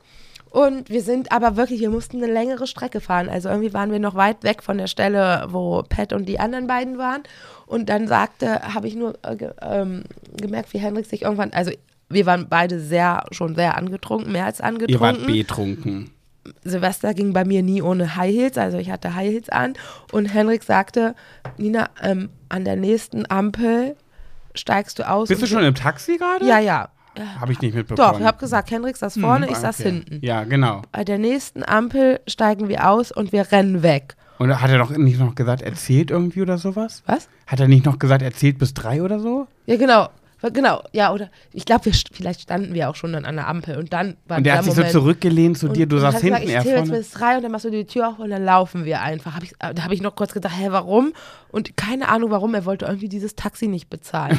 Und wir sind aber wirklich, wir mussten eine längere Strecke fahren. Also irgendwie waren wir noch weit weg von der Stelle, wo Pat und die anderen beiden waren. Und dann sagte, habe ich nur äh, ge, ähm, gemerkt, wie Henrik sich irgendwann, also wir waren beide sehr, schon sehr angetrunken, mehr als angetrunken. Ihr wart betrunken. Silvester ging bei mir nie ohne High Heels, also ich hatte High Heels an. Und Henrik sagte, Nina, ähm, an der nächsten Ampel steigst du aus. Bist du schon im Taxi gerade? Ja, ja. Habe ich nicht mitbekommen. Doch, ich habe gesagt, Henrik saß vorne, hm, ich saß okay. hinten. Ja, genau. Bei der nächsten Ampel steigen wir aus und wir rennen weg. Und hat er doch nicht noch gesagt, erzählt irgendwie oder sowas? Was? Hat er nicht noch gesagt, erzählt bis drei oder so? Ja, genau. Genau, ja, oder ich glaube, vielleicht standen wir auch schon dann an der Ampel und dann war Und der hat sich Moment, so zurückgelehnt zu dir, du saßt hinten, gesagt, er ich zähle jetzt vorne. bis drei und dann machst du die Tür auf und dann laufen wir einfach. Hab ich, da habe ich noch kurz gedacht, hä, warum? Und keine Ahnung, warum, er wollte irgendwie dieses Taxi nicht bezahlen.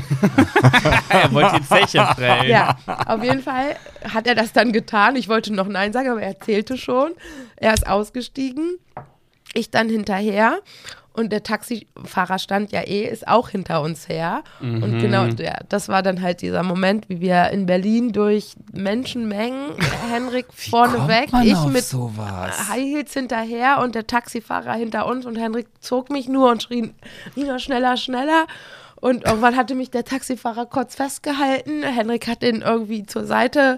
Er wollte die Zeche drehen. Ja, auf jeden Fall hat er das dann getan. Ich wollte noch Nein sagen, aber er zählte schon. Er ist ausgestiegen, ich dann hinterher. Und der Taxifahrer stand ja eh, ist auch hinter uns her. Mhm. Und genau, ja, das war dann halt dieser Moment, wie wir in Berlin durch Menschenmengen, Henrik vorne weg, ich mit sowas? High Heels hinterher und der Taxifahrer hinter uns und Henrik zog mich nur und schrie, Nina, schneller, schneller. Und irgendwann hatte mich der Taxifahrer kurz festgehalten. Henrik hat den irgendwie zur Seite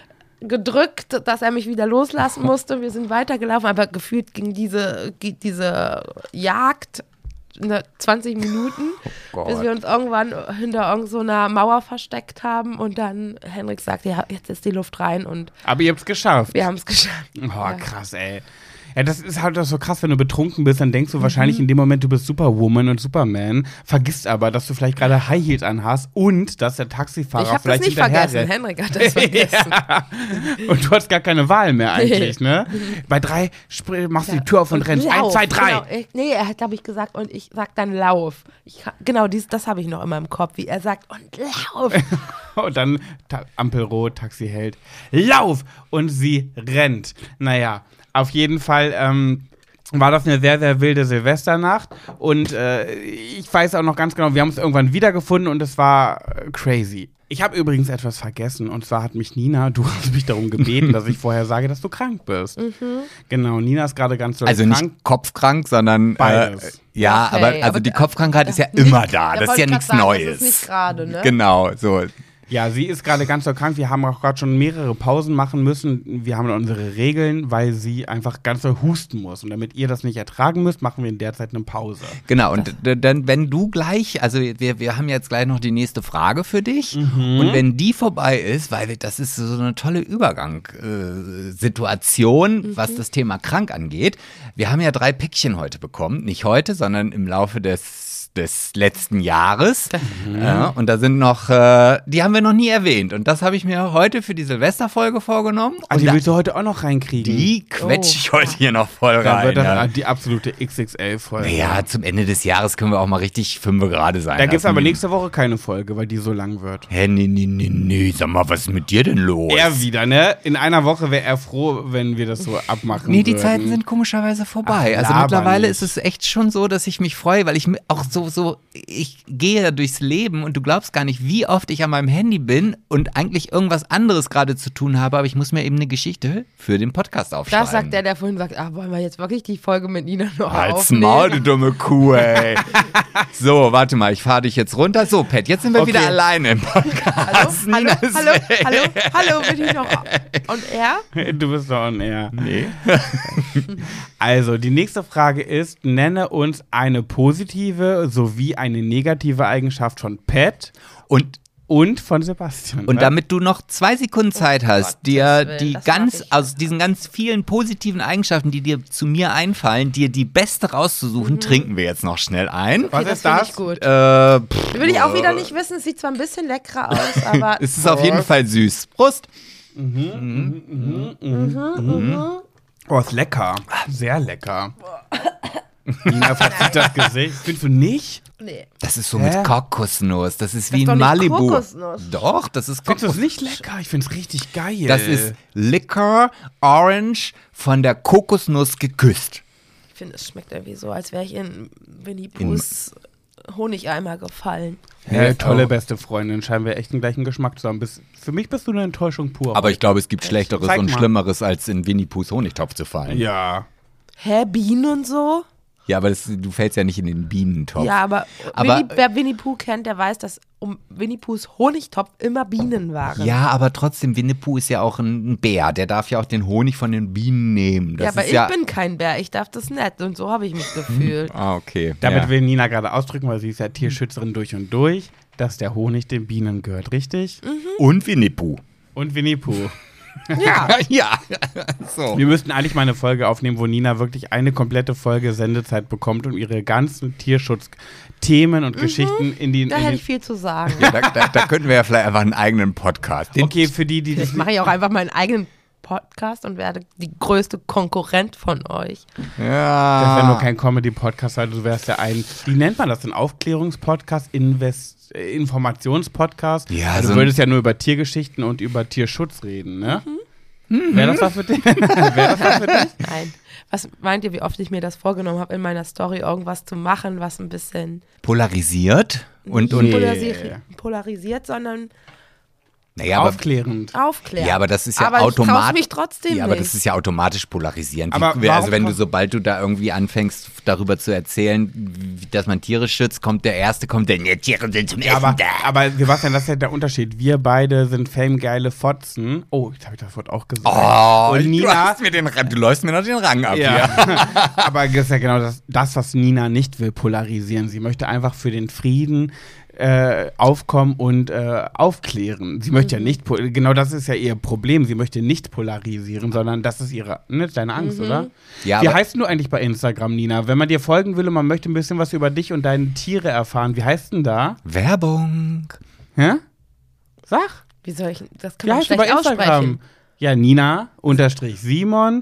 gedrückt, dass er mich wieder loslassen musste. Wir sind weitergelaufen, aber gefühlt ging diese, diese Jagd ne, zwanzig Minuten, oh bis wir uns irgendwann hinter irgendeiner so Mauer versteckt haben und dann Henrik sagte, ja, jetzt ist die Luft rein und aber ihr habt es geschafft. Wir haben es geschafft. Oh, ja. Krass, ey. Ja, das ist halt auch so krass, wenn du betrunken bist, dann denkst du mhm. wahrscheinlich in dem Moment, du bist Superwoman und Superman, vergisst aber, dass du vielleicht gerade High Heels anhast und dass der Taxifahrer ich hab vielleicht das nicht hinterher vergessen, Henrik hat das vergessen. Ja. Und du hast gar keine Wahl mehr eigentlich, ne? Bei drei machst du ja. die Tür auf und, und rennst. Lauf, Eins, zwei, drei. Genau. Ich, nee, er hat, glaube ich, gesagt, und ich sag dann Lauf. Ich, genau, dies, das habe ich noch in meinem Kopf, wie er sagt, und Lauf. Und dann ta- Ampel rot, Taxi hält. Lauf! Und sie rennt. Naja, auf jeden Fall ähm, war das eine sehr, sehr wilde Silvesternacht. Und äh, ich weiß auch noch ganz genau, wir haben es irgendwann wiedergefunden und es war äh, crazy. Ich habe übrigens etwas vergessen und zwar hat mich Nina, du hast mich darum gebeten, dass ich vorher sage, dass du krank bist. Mhm. Genau, Nina ist gerade ganz so also krank. Also nicht kopfkrank, sondern beides. Äh, ja, okay, aber also aber die d- Kopfkrankheit d- ist ja nicht, immer da. Das ist ja nichts sagen, Neues. Das ist nicht gerade, ne? Genau, so. Ja, sie ist gerade ganz so krank. Wir haben auch gerade schon mehrere Pausen machen müssen. Wir haben unsere Regeln, weil sie einfach ganz so husten muss. Und damit ihr das nicht ertragen müsst, machen wir in der Zeit eine Pause. Genau, und dann, wenn du gleich, also wir, wir haben jetzt gleich noch die nächste Frage für dich. Mhm. Und wenn die vorbei ist, weil wir, das ist so eine tolle Übergangssituation, äh, mhm. was das Thema krank angeht. Wir haben ja drei Päckchen heute bekommen. Nicht heute, sondern im Laufe des des letzten Jahres. Mhm. Ja, und da sind noch, äh, die haben wir noch nie erwähnt. Und das habe ich mir heute für die Silvesterfolge vorgenommen. Ah, die willst du heute auch noch reinkriegen? Die quetsche ich oh. heute hier noch voll rein. Da wird das ja. die absolute X X L-Folge. Ja, zum Ende des Jahres können wir auch mal richtig fünfe gerade sein. Da gibt es aber nächste Woche keine Folge, weil die so lang wird. Hä, nee, nee, nee, nee. Sag mal, was ist mit dir denn los? Er wieder, ne? In einer Woche wäre er froh, wenn wir das so abmachen Nee, die würden. Zeiten sind komischerweise vorbei. Ach, also mittlerweile nicht. ist es echt schon so, dass ich mich freue, weil ich auch so, so, ich gehe durchs Leben und du glaubst gar nicht, wie oft ich an meinem Handy bin und eigentlich irgendwas anderes gerade zu tun habe, aber ich muss mir eben eine Geschichte für den Podcast aufschreiben. Das sagt der, der vorhin sagt, ach, wollen wir jetzt wirklich die Folge mit Nina noch Halt's aufnehmen? Maul, du dumme Kuh, ey. So, warte mal, ich fahre dich jetzt runter. So, Pat, jetzt sind wir Okay. wieder alleine im Podcast. Hallo, Nina hallo, ist hallo, weg. hallo, hallo, bin ich noch und er? Du bist doch on air. Nee. Also, die nächste Frage ist, nenne uns eine positive sowie eine negative Eigenschaft von Pat Und und von Sebastian. Und ne? damit du noch zwei Sekunden Zeit hast, Gottes dir Willen, die das ganz, mach ich. aus diesen ganz vielen positiven Eigenschaften, die dir zu mir einfallen, dir die beste rauszusuchen, trinken wir jetzt noch schnell ein. Was Okay, ist finde das? ich gut. Äh, pff, Will ich auch wieder nicht wissen, es sieht zwar ein bisschen leckerer aus, aber es ist auf jeden Fall süß. Prost. Oh, ist lecker. Sehr lecker. Nina verzieht das Gesicht. Findest du nicht? nee. Das ist so Hä? mit Kokosnuss. Das ist wie ist doch ein nicht Malibu. Kokosnuss. Doch, das ist Findest du es Kokosnuss. nicht lecker? Ich find's richtig geil. Das ist Liquor Orange von der Kokosnuss geküsst. Ich finde, es schmeckt irgendwie so, als wäre ich in Winnie Poohs Honigeimer gefallen. Hey, tolle beste Freundin, scheinen wir echt den gleichen Geschmack zu haben. Bis, für mich bist du eine Enttäuschung pur. Aber ich glaube, es gibt Schlechteres Zeig und mal. Schlimmeres, als in Winnie Poohs Honigtopf zu fallen. Ja. Hä, Bienen und so? Ja, aber das, du fällst ja nicht in den Bienentopf. Ja, aber, Aber- Winnie, wer Winnie Pooh kennt, der weiß, dass um Winnie Poohs Honigtopf immer Bienen waren. Ja, aber trotzdem, Winnie Pooh ist ja auch ein Bär. Der darf ja auch den Honig von den Bienen nehmen. Das ja, aber ist ich ja bin kein Bär, ich darf das nicht. Und so habe ich mich gefühlt. Ah, okay. Damit ja. will Nina gerade ausdrücken, weil sie ist ja Tierschützerin durch und durch, dass der Honig den Bienen gehört, richtig? Und Winnie Pooh. Und Winnie Pooh. Ja. ja. So. Wir müssten eigentlich mal eine Folge aufnehmen, wo Nina wirklich eine komplette Folge Sendezeit bekommt, um ihre ganzen Tierschutzthemen und Geschichten in die. Da in hätte den ich viel zu sagen. Ja, da, da, da könnten wir ja vielleicht einfach einen eigenen Podcast. Den okay, für die, die das Jetzt mache ich auch einfach meinen eigenen Podcast und werde die größte Konkurrent von euch. Ja. Das wäre nur kein Comedy-Podcast, weil du wärst ja ein, wie nennt man das, ein Aufklärungspodcast, Invest, äh, Informationspodcast? Ja, also so du ein- würdest ja nur über Tiergeschichten und über Tierschutz reden, ne? Mhm. Wäre das was für dich? Wäre das was für dich? Nein. Was meint ihr, wie oft ich mir das vorgenommen habe, in meiner Story irgendwas zu machen, was ein bisschen Polarisiert und, nicht und Nee. polarisiert, polarisiert, sondern naja, aber, Aufklärend. aufklärt. ja, aber das ist ja aber ich traue automatisch. mich trotzdem Ja, aber nicht. das ist ja automatisch polarisierend. Aber Wie, also warum wenn du, kommt- sobald du da irgendwie anfängst, darüber zu erzählen, wie, dass man Tiere schützt, kommt der Erste, kommt der, nee, Tiere sind zum Ja, Essen aber, da. aber Sebastian, das ist ja der Unterschied. Wir beide sind famegeile Fotzen. Oh, jetzt habe ich das Wort auch gesagt. Oh, und du, Nina, hast mir den, Ra- du läufst mir noch den Rang ab hier. ja. Aber das ist ja genau das, das, was Nina nicht will, polarisieren. Sie möchte einfach für den Frieden äh, aufkommen und äh, aufklären. Sie möchte ja nicht, po- genau das ist ja ihr Problem. Sie möchte nicht polarisieren, sondern das ist ihre, ne, deine Angst, oder? Ja, Wie aber- heißt du eigentlich bei Instagram, Nina? Wenn man dir folgen will und man möchte ein bisschen was über dich und deine Tiere erfahren, wie heißt denn da? Werbung. Hä? Sag. Wie soll ich, das kann Wie man heißt du schlecht bei Instagram? aussprechen. Ja, Nina unterstrich Simon.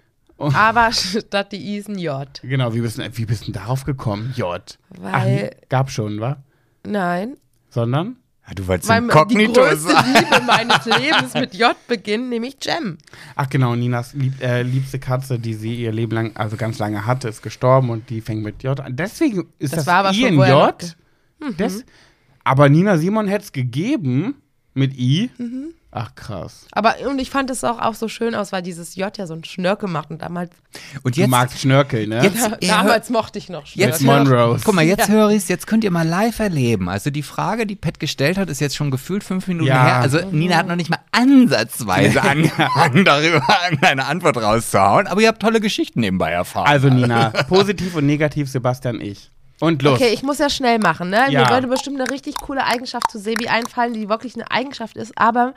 Aber statt die Isen J. Genau, wie bist, du, wie bist du denn darauf gekommen? J. Weil- Ach, nee, gab schon, wa? Nein, Sondern? Ja, du wolltest weil ein die Kognito größte sagen. Liebe meines Lebens mit J beginnt, nämlich Jem. Ach genau, Ninas lieb, äh, liebste Katze, die sie ihr Leben lang, also ganz lange hatte, ist gestorben und die fängt mit J an. Deswegen ist Das das, war aber I schon in vorher J. noch ge- Des, aber Nina Simon hätte es gegeben mit I. Mhm. Ach krass. Aber und ich fand es auch, auch so schön aus, weil dieses J ja so ein Schnörkel macht und damals, Und Du jetzt, magst Schnörkel, ne? Jetzt- da, Ja, damals mochte ich noch jetzt Mit Schnörkel. Monrose. Guck mal, jetzt Ja. höre ich es, jetzt könnt ihr mal live erleben. Also die Frage, die Pat gestellt hat, ist jetzt schon gefühlt fünf Minuten Ja. her. Also Nina hat noch nicht mal ansatzweise angefangen, darüber eine Antwort rauszuhauen. Aber ihr habt tolle Geschichten nebenbei erfahren. Also Nina, positiv und negativ, Sebastian, ich. Und los. Okay, ich muss ja schnell machen, ne? Ja. Mir würde bestimmt eine richtig coole Eigenschaft zu Sebi einfallen, die wirklich eine Eigenschaft ist, aber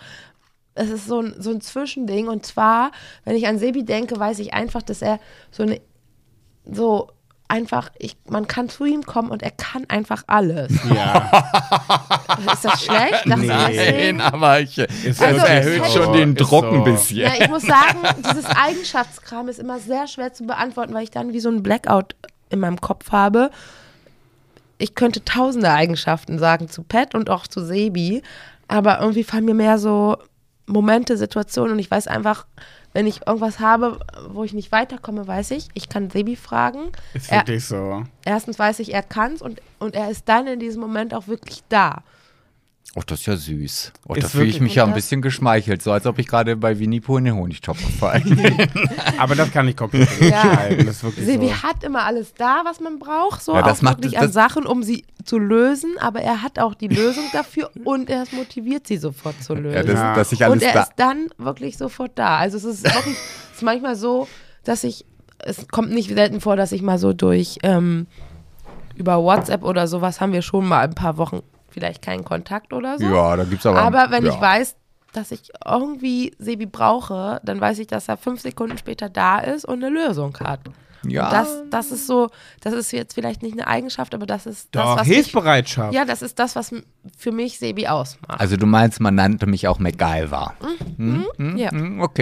es ist so ein, so ein Zwischending. Und zwar, wenn ich an Sebi denke, weiß ich einfach, dass er so eine, so einfach, ich, man kann zu ihm kommen und er kann einfach alles. Ja. Ist das schlecht? Dachte Nee. ich deswegen? Nein, aber ich, Ist das Also, erhöht ist schon so, den ist Druck so. ein bisschen. Ja, ich muss sagen, dieses Eigenschaftskram ist immer sehr schwer zu beantworten, weil ich dann wie so ein Blackout in meinem Kopf habe. Ich könnte tausende Eigenschaften sagen zu Pat und auch zu Sebi, aber irgendwie fallen mir mehr so Momente, Situationen und ich weiß einfach, wenn ich irgendwas habe, wo ich nicht weiterkomme, weiß ich, ich kann Sebi fragen. Ist Er, wirklich so. erstens weiß ich, er kann's und, und er ist dann in diesem Moment auch wirklich da. Oh, das ist ja süß. Oh, Ist da fühle ich wirklich- mich ja ein Und das- bisschen geschmeichelt, so als ob ich gerade bei Winnie Pooh in den Honigtopf gefallen bin. Aber das kann ich komplett Ja. entscheiden. Das ist wirklich Sebi so. hat immer alles da, was man braucht, so Ja, das auch macht- wirklich das- an Sachen, um sie zu lösen, aber er hat auch die Lösung dafür und er ist motiviert, sie sofort zu lösen. Ja, das, Ja. dass ich alles und er da. ist dann wirklich sofort da. Also es ist wirklich, es ist manchmal so, dass ich, es kommt nicht selten vor, dass ich mal so durch, ähm, über WhatsApp oder sowas haben wir schon mal ein paar Wochen vielleicht keinen Kontakt oder so. Ja, da gibt's aber. Aber wenn ja. ich weiß, dass ich irgendwie Sebi brauche, dann weiß ich, dass er fünf Sekunden später da ist und eine Lösung hat. Ja. Und das, das ist so, das ist jetzt vielleicht nicht eine Eigenschaft, aber das ist das, Doch, was mich, Hilfsbereitschaft. ja, das ist das, was m- für mich Sebi ausmacht. Also du meinst, man nannte mich auch MacGyver. ja. Hm, okay.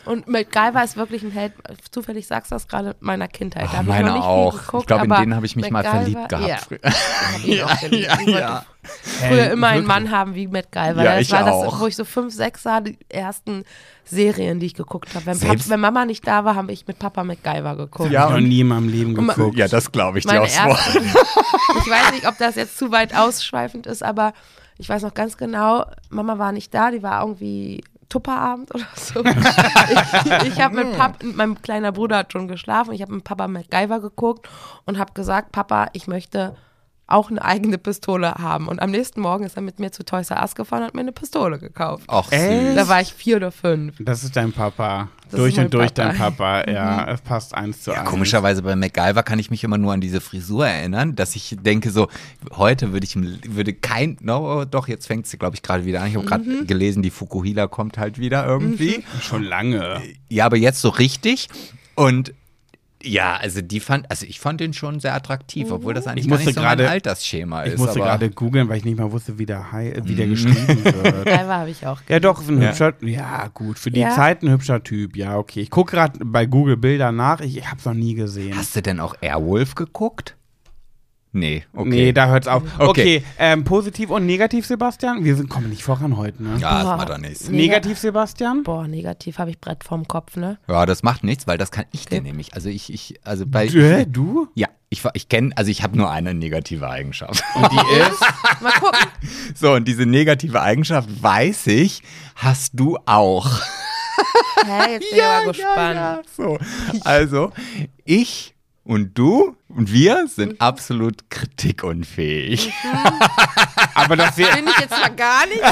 Und MacGyver ist wirklich ein Held, zufällig sagst du das gerade, meiner Kindheit. Da Oh, hab ich meine noch nicht auch. viel geguckt, Ich glaube, in aber den habe ich mich mal MacGyver, verliebt gehabt. Ja, früher. hab ich auch geliebt. ja, Ich wollte ja. früher Hey, immer einen wirklich? Mann haben wie MacGyver. Ja, das ich war das, auch. wo ich so fünf, sechs sah, die ersten Serien, die ich geguckt habe. Wenn, Pap- Selbst- wenn Mama nicht da war, habe ich mit Papa MacGyver geguckt. Ja, Ich habe noch und- nie in meinem Leben Und ma- geguckt. Ja, das glaube ich dir Meine aufs Wort. erste, ich weiß nicht, ob das jetzt zu weit ausschweifend ist, aber ich weiß noch ganz genau, Mama war nicht da, die war irgendwie Tupperabend oder so. ich ich habe mit Papa, mein kleiner Bruder hat schon geschlafen, ich habe mit Papa MacGyver geguckt und habe gesagt, Papa, ich möchte auch eine eigene Pistole haben. Und am nächsten Morgen ist er mit mir zu Toys R Us gefahren und hat mir eine Pistole gekauft. Auch Echt? süß. Da war ich vier oder fünf. Das ist dein Papa. Das durch ist mein und durch Papa. dein Papa. Ja, es passt eins zu Ja, eins. komischerweise bei MacGyver kann ich mich immer nur an diese Frisur erinnern, dass ich denke so, heute würde ich würde kein, no, doch, jetzt fängt sie, glaube ich, gerade wieder an. Ich habe gerade Mhm. gelesen, die Fukuhila kommt halt wieder irgendwie. Schon lange. Ja, aber jetzt so richtig. Und ja, also die fand, also ich fand den schon sehr attraktiv, obwohl das eigentlich Ich gar musste nicht so mein gerade- Altersschema ist. Ich musste aber gerade googeln, weil ich nicht mal wusste, wie der, Hai, wie der geschrieben wird. MacGyver habe ich auch Ja, doch, ist ein Ja. hübscher, ja gut, für die Ja. Zeit ein hübscher Typ, ja, okay. Ich gucke gerade bei Google Bilder nach, ich, ich habe es noch nie gesehen. Hast du denn auch Airwolf geguckt? Nee, okay. Nee, da hört's auf. Okay. Okay, ähm, positiv und negativ, Sebastian? Wir sind, kommen nicht voran heute, ne? ja, das Boah. macht doch nichts. Nee. Negativ, Sebastian? Boah, negativ habe ich Brett vorm Kopf, ne? Ja, das macht nichts, weil das kann ich dir nämlich. Also ich, ich, also bei. Äh, du? Ja, ich, ich kenne, also ich habe nur eine negative Eigenschaft. Und die ist? Mal gucken. So, und diese negative Eigenschaft, weiß ich, hast du auch. Hä, jetzt bin ich aber gespannt. So, also ich und du und wir sind absolut kritikunfähig. Aber das, wär, Bin ich jetzt mal gar nicht?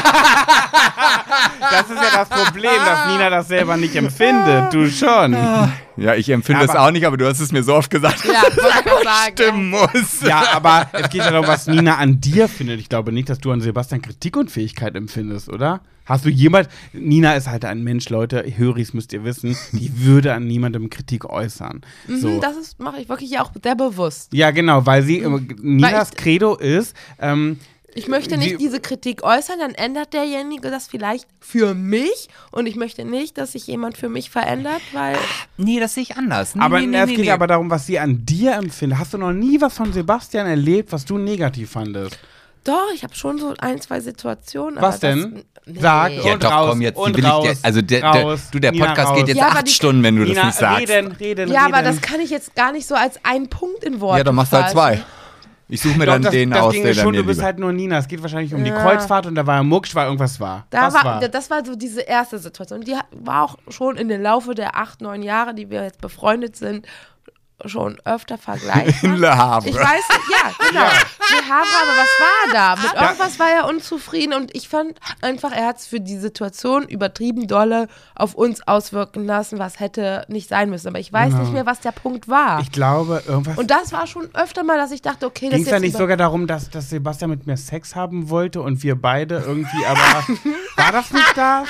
das ist ja das Problem, dass Nina das selber nicht empfindet. Du schon. Ja, ich empfinde es Aber- auch nicht, aber du hast es mir so oft gesagt, Ja, dass wollte ich es auch sagen. stimmen muss. Ja, aber es geht ja darum, was Nina an dir findet. Ich glaube nicht, dass du an Sebastian Kritikunfähigkeit empfindest, oder? Hast du jemand, Nina ist halt ein Mensch, Leute, Höris müsst ihr wissen, die würde an niemandem Kritik äußern. So. Mhm, das ist- mache ich wirklich auch sehr bewusst. Ja, genau, weil sie, äh, Ninas ich- Credo ist, ähm, Ich möchte nicht Sie- diese Kritik äußern, dann ändert derjenige das vielleicht für mich und ich möchte nicht, dass sich jemand für mich verändert, weil Nee, das sehe ich anders. Nee, aber nee, nee, es nee, geht nee. aber darum, was sie an dir empfindet. Hast du noch nie was von Sebastian erlebt, was du negativ fandest? doch, ich habe schon so ein, zwei Situationen. Was aber denn? Das, nee. Sag. Ja, Und doch, raus, komm, jetzt die und will ich raus, dir, also der, der, raus, du, der Nina, Podcast raus. geht jetzt Ja, aber acht die- Stunden, wenn du Nina, das nicht sagst. reden, reden, Ja, reden. aber das kann ich jetzt gar nicht so als einen Punkt in Worte Ja, dann machst du halt fassen. zwei. Ich suche mir Doch, dann das, den das aus, ging der mir dann schon, mir du bist lieber. halt nur Nina. Es geht wahrscheinlich um die Ja. Kreuzfahrt und da war ja Mucksch, weil irgendwas war. Da Was war, war? Das war so diese erste Situation. Die hat- war auch schon in den Laufe der acht, neun Jahre, die wir jetzt befreundet sind, schon öfter vergleichbar. In Le Havre. Ich weiß nicht, ja, genau. Wir haben aber, was war da? Mit irgendwas war er unzufrieden und ich fand einfach, er hat es für die Situation übertrieben dolle auf uns auswirken lassen, was hätte nicht sein müssen. Aber ich weiß Genau. nicht mehr, was der Punkt war. Ich glaube, irgendwas. Und das war schon öfter mal, dass ich dachte, okay, das Ging ist es da jetzt nicht über- sogar darum, dass, dass Sebastian mit mir Sex haben wollte und wir beide irgendwie, aber war das nicht das?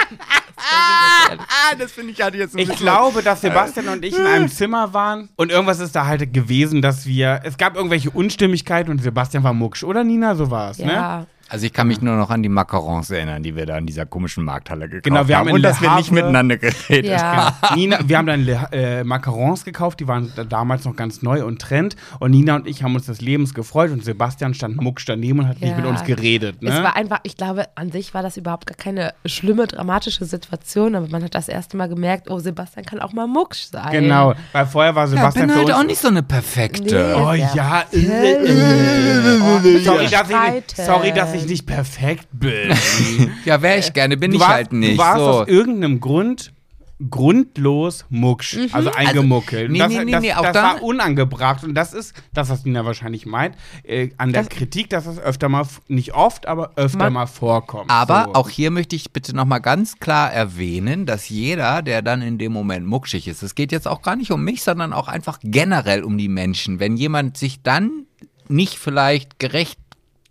Ah, das finde ich hatte jetzt ein Ich bisschen- glaube, dass Sebastian und ich in einem Zimmer waren und irgendwas ist da halt gewesen, dass wir, es gab irgendwelche Unstimmigkeiten und Sebastian war mucksch, oder Nina? So war es, ne? Ja. Also ich kann mich nur noch an die Macarons erinnern, die wir da in dieser komischen Markthalle gekauft Genau, wir haben in und Le dass wir nicht Havre- miteinander geredet haben. Ja. Nina, wir haben dann Le- äh, Macarons gekauft, die waren da damals noch ganz neu und Trend und Nina und ich haben uns des Lebens gefreut und Sebastian stand mucksch daneben und hat nicht Ja. mit uns geredet, ne? Es war einfach, ich glaube, an sich war das überhaupt gar keine schlimme, dramatische Situation, aber man hat das erste Mal gemerkt, oh, Sebastian kann auch mal mucksch sein. Genau, weil vorher war Ja, Sebastian bin halt für uns auch nicht so eine perfekte. Nee. Oh Ja. ja, äh, äh, oh, sorry, dass ich, Streiten. sorry, dass ich nicht perfekt bin. Ja, wäre ich gerne, bin Du ich warst, halt nicht. du warst so. aus irgendeinem Grund grundlos mucksch, also eingemuckelt. nee, das nee, nee, das, nee, auch das da- war unangebracht und das ist das, was Nina wahrscheinlich meint, äh, an der Das- Kritik, dass es öfter mal, f- nicht oft, aber öfter Man- mal vorkommt. Aber so. auch hier möchte ich bitte nochmal ganz klar erwähnen, dass jeder, der dann in dem Moment muckschig ist, es geht jetzt auch gar nicht um mich, sondern auch einfach generell um die Menschen. Wenn jemand sich dann nicht vielleicht gerecht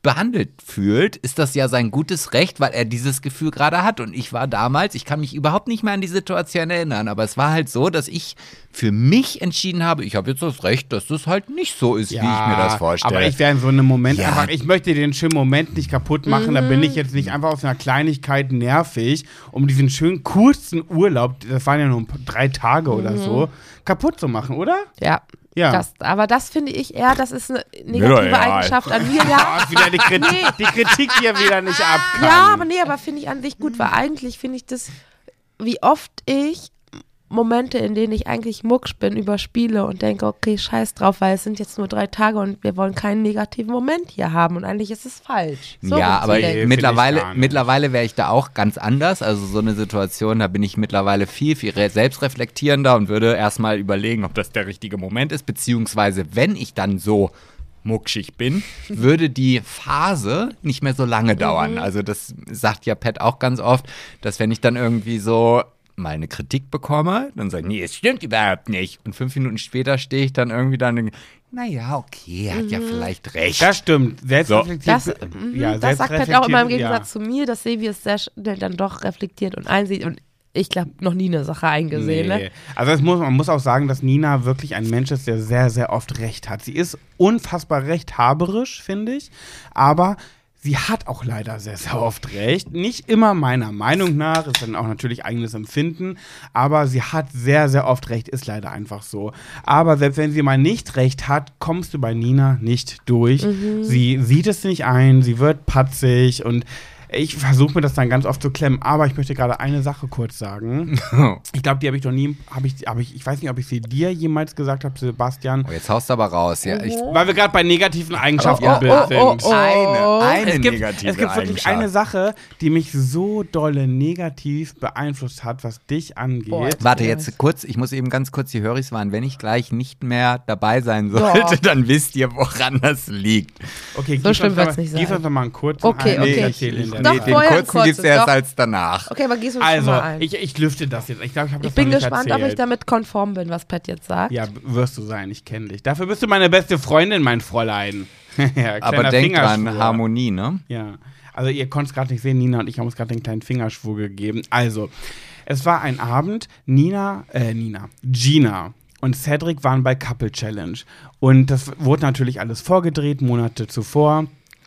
behandelt fühlt, ist das ja sein gutes Recht, weil er dieses Gefühl gerade hat. Und ich war damals, ich kann mich überhaupt nicht mehr an die Situation erinnern, aber es war halt so, dass ich für mich entschieden habe, ich habe jetzt das Recht, dass das halt nicht so ist, Ja, wie ich mir das vorstelle. aber ich wäre in so einem Moment Ja. einfach, ich möchte den schönen Moment nicht kaputt machen, da bin ich jetzt nicht einfach aus einer Kleinigkeit nervig, um diesen schönen kurzen Urlaub, das waren ja nur drei Tage oder so, kaputt zu machen, oder? Ja. Ja. Das, aber das finde ich eher, das ist eine Mir doch negative egal. Eigenschaft an mir. Ja, Ah, wieder die, Kritik, Nee. die Kritik hier wieder nicht ab kann. ja aber nee, aber finde ich an sich gut, weil eigentlich finde ich das, wie oft ich Momente, in denen ich eigentlich mucksch bin, überspiele und denke, okay, scheiß drauf, weil es sind jetzt nur drei Tage und wir wollen keinen negativen Moment hier haben und eigentlich ist es falsch. So ja, aber rumzudenken. Nee, mittlerweile, find ich gar nicht. mittlerweile wäre ich da auch ganz anders. Also so eine Situation, da bin ich mittlerweile viel, viel re- selbstreflektierender und würde erstmal überlegen, ob das der richtige Moment ist. Beziehungsweise, wenn ich dann so muckschig bin, würde die Phase nicht mehr so lange dauern. Also das sagt ja Pat auch ganz oft, dass wenn ich dann irgendwie so mal eine Kritik bekomme, dann sage ich, nee, es stimmt überhaupt nicht. Und fünf Minuten später stehe ich dann irgendwie dann und denke, naja, okay, er hat ja vielleicht recht. Das stimmt. Selbstreflektiert. Das, mhm, ja, das sagt Pat auch immer im selbstreflektiert, Gegensatz zu mir, dass Sevi es sehr schnell dann doch reflektiert und einsieht und ich glaube, noch nie eine Sache eingesehen. Nee. Ne? Also es muss, man muss auch sagen, dass Nina wirklich ein Mensch ist, der sehr, sehr oft Recht hat. Sie ist unfassbar rechthaberisch, finde ich, aber sie hat auch leider sehr, sehr oft recht. Nicht immer meiner Meinung nach, ist dann auch natürlich eigenes Empfinden, aber sie hat sehr, sehr oft recht, ist leider einfach so. Aber selbst wenn sie mal nicht recht hat, kommst du bei Nina nicht durch. Mhm. Sie sieht es nicht ein, sie wird patzig und ich versuche mir das dann ganz oft zu klemmen, aber ich möchte gerade eine Sache kurz sagen. Ich glaube, die habe ich noch nie, habe ich, hab ich, ich weiß nicht, ob ich sie dir jemals gesagt habe, Sebastian, Oh, jetzt haust du aber raus. Ja, ich, weil wir gerade bei negativen Eigenschaften Oh, oh, sind. oh, oh, oh. eine, eine Es gibt, negative es gibt wirklich Eigenschaft. eine Sache, die mich so dolle negativ beeinflusst hat, was dich angeht. Boah. Warte, jetzt kurz, ich muss eben ganz kurz die Höris warnen. Wenn ich gleich nicht mehr dabei sein sollte, dann wisst ihr, woran das liegt. Okay, So gib schlimm uns wird's doch mal- nicht Gib sein. uns doch mal einen kurzen Okay, ein. okay. Ich erzähle ihn dann Doch, gleich. den vorher ein kurzen gibt es kurzes, erst doch. als danach. Okay, aber gehst du uns Also, schon mal ein. ich, ich lüfte das jetzt. Ich glaube, ich habe das Ich bin noch nicht gespannt, erzählt. ob ich damit konform bin, was Pat jetzt sagt. Ja, wirst du sein, ich kenne dich. Dafür bist du meine beste Freundin, mein Fräulein. ja, Aber kleiner denk dran, Fingerschwur. Harmonie, ne? Ja, also ihr konnt es gerade nicht sehen, Nina und ich haben uns gerade den kleinen Fingerschwur gegeben. Also, es war ein Abend, Nina, äh, Nina, Gina und Cedric waren bei Couple Challenge. Und das wurde natürlich alles vorgedreht, Monate zuvor.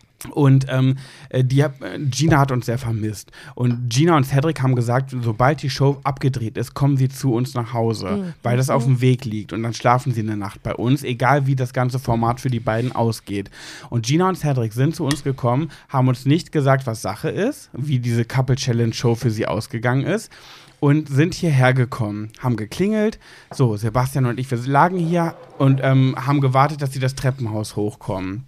Und ähm, die, äh, Gina hat uns sehr vermisst. Und Gina und Cedric haben gesagt, sobald die Show abgedreht ist, kommen sie zu uns nach Hause, Mhm. weil das auf dem Weg liegt. Und dann schlafen sie eine Nacht bei uns, egal wie das ganze Format für die beiden ausgeht. Und Gina und Cedric sind zu uns gekommen, haben uns nicht gesagt, was Sache ist, wie diese Couple Challenge Show für sie ausgegangen ist. Und sind hierher gekommen, haben geklingelt. So, Sebastian und ich, wir lagen hier und ähm, haben gewartet, dass sie das Treppenhaus hochkommen.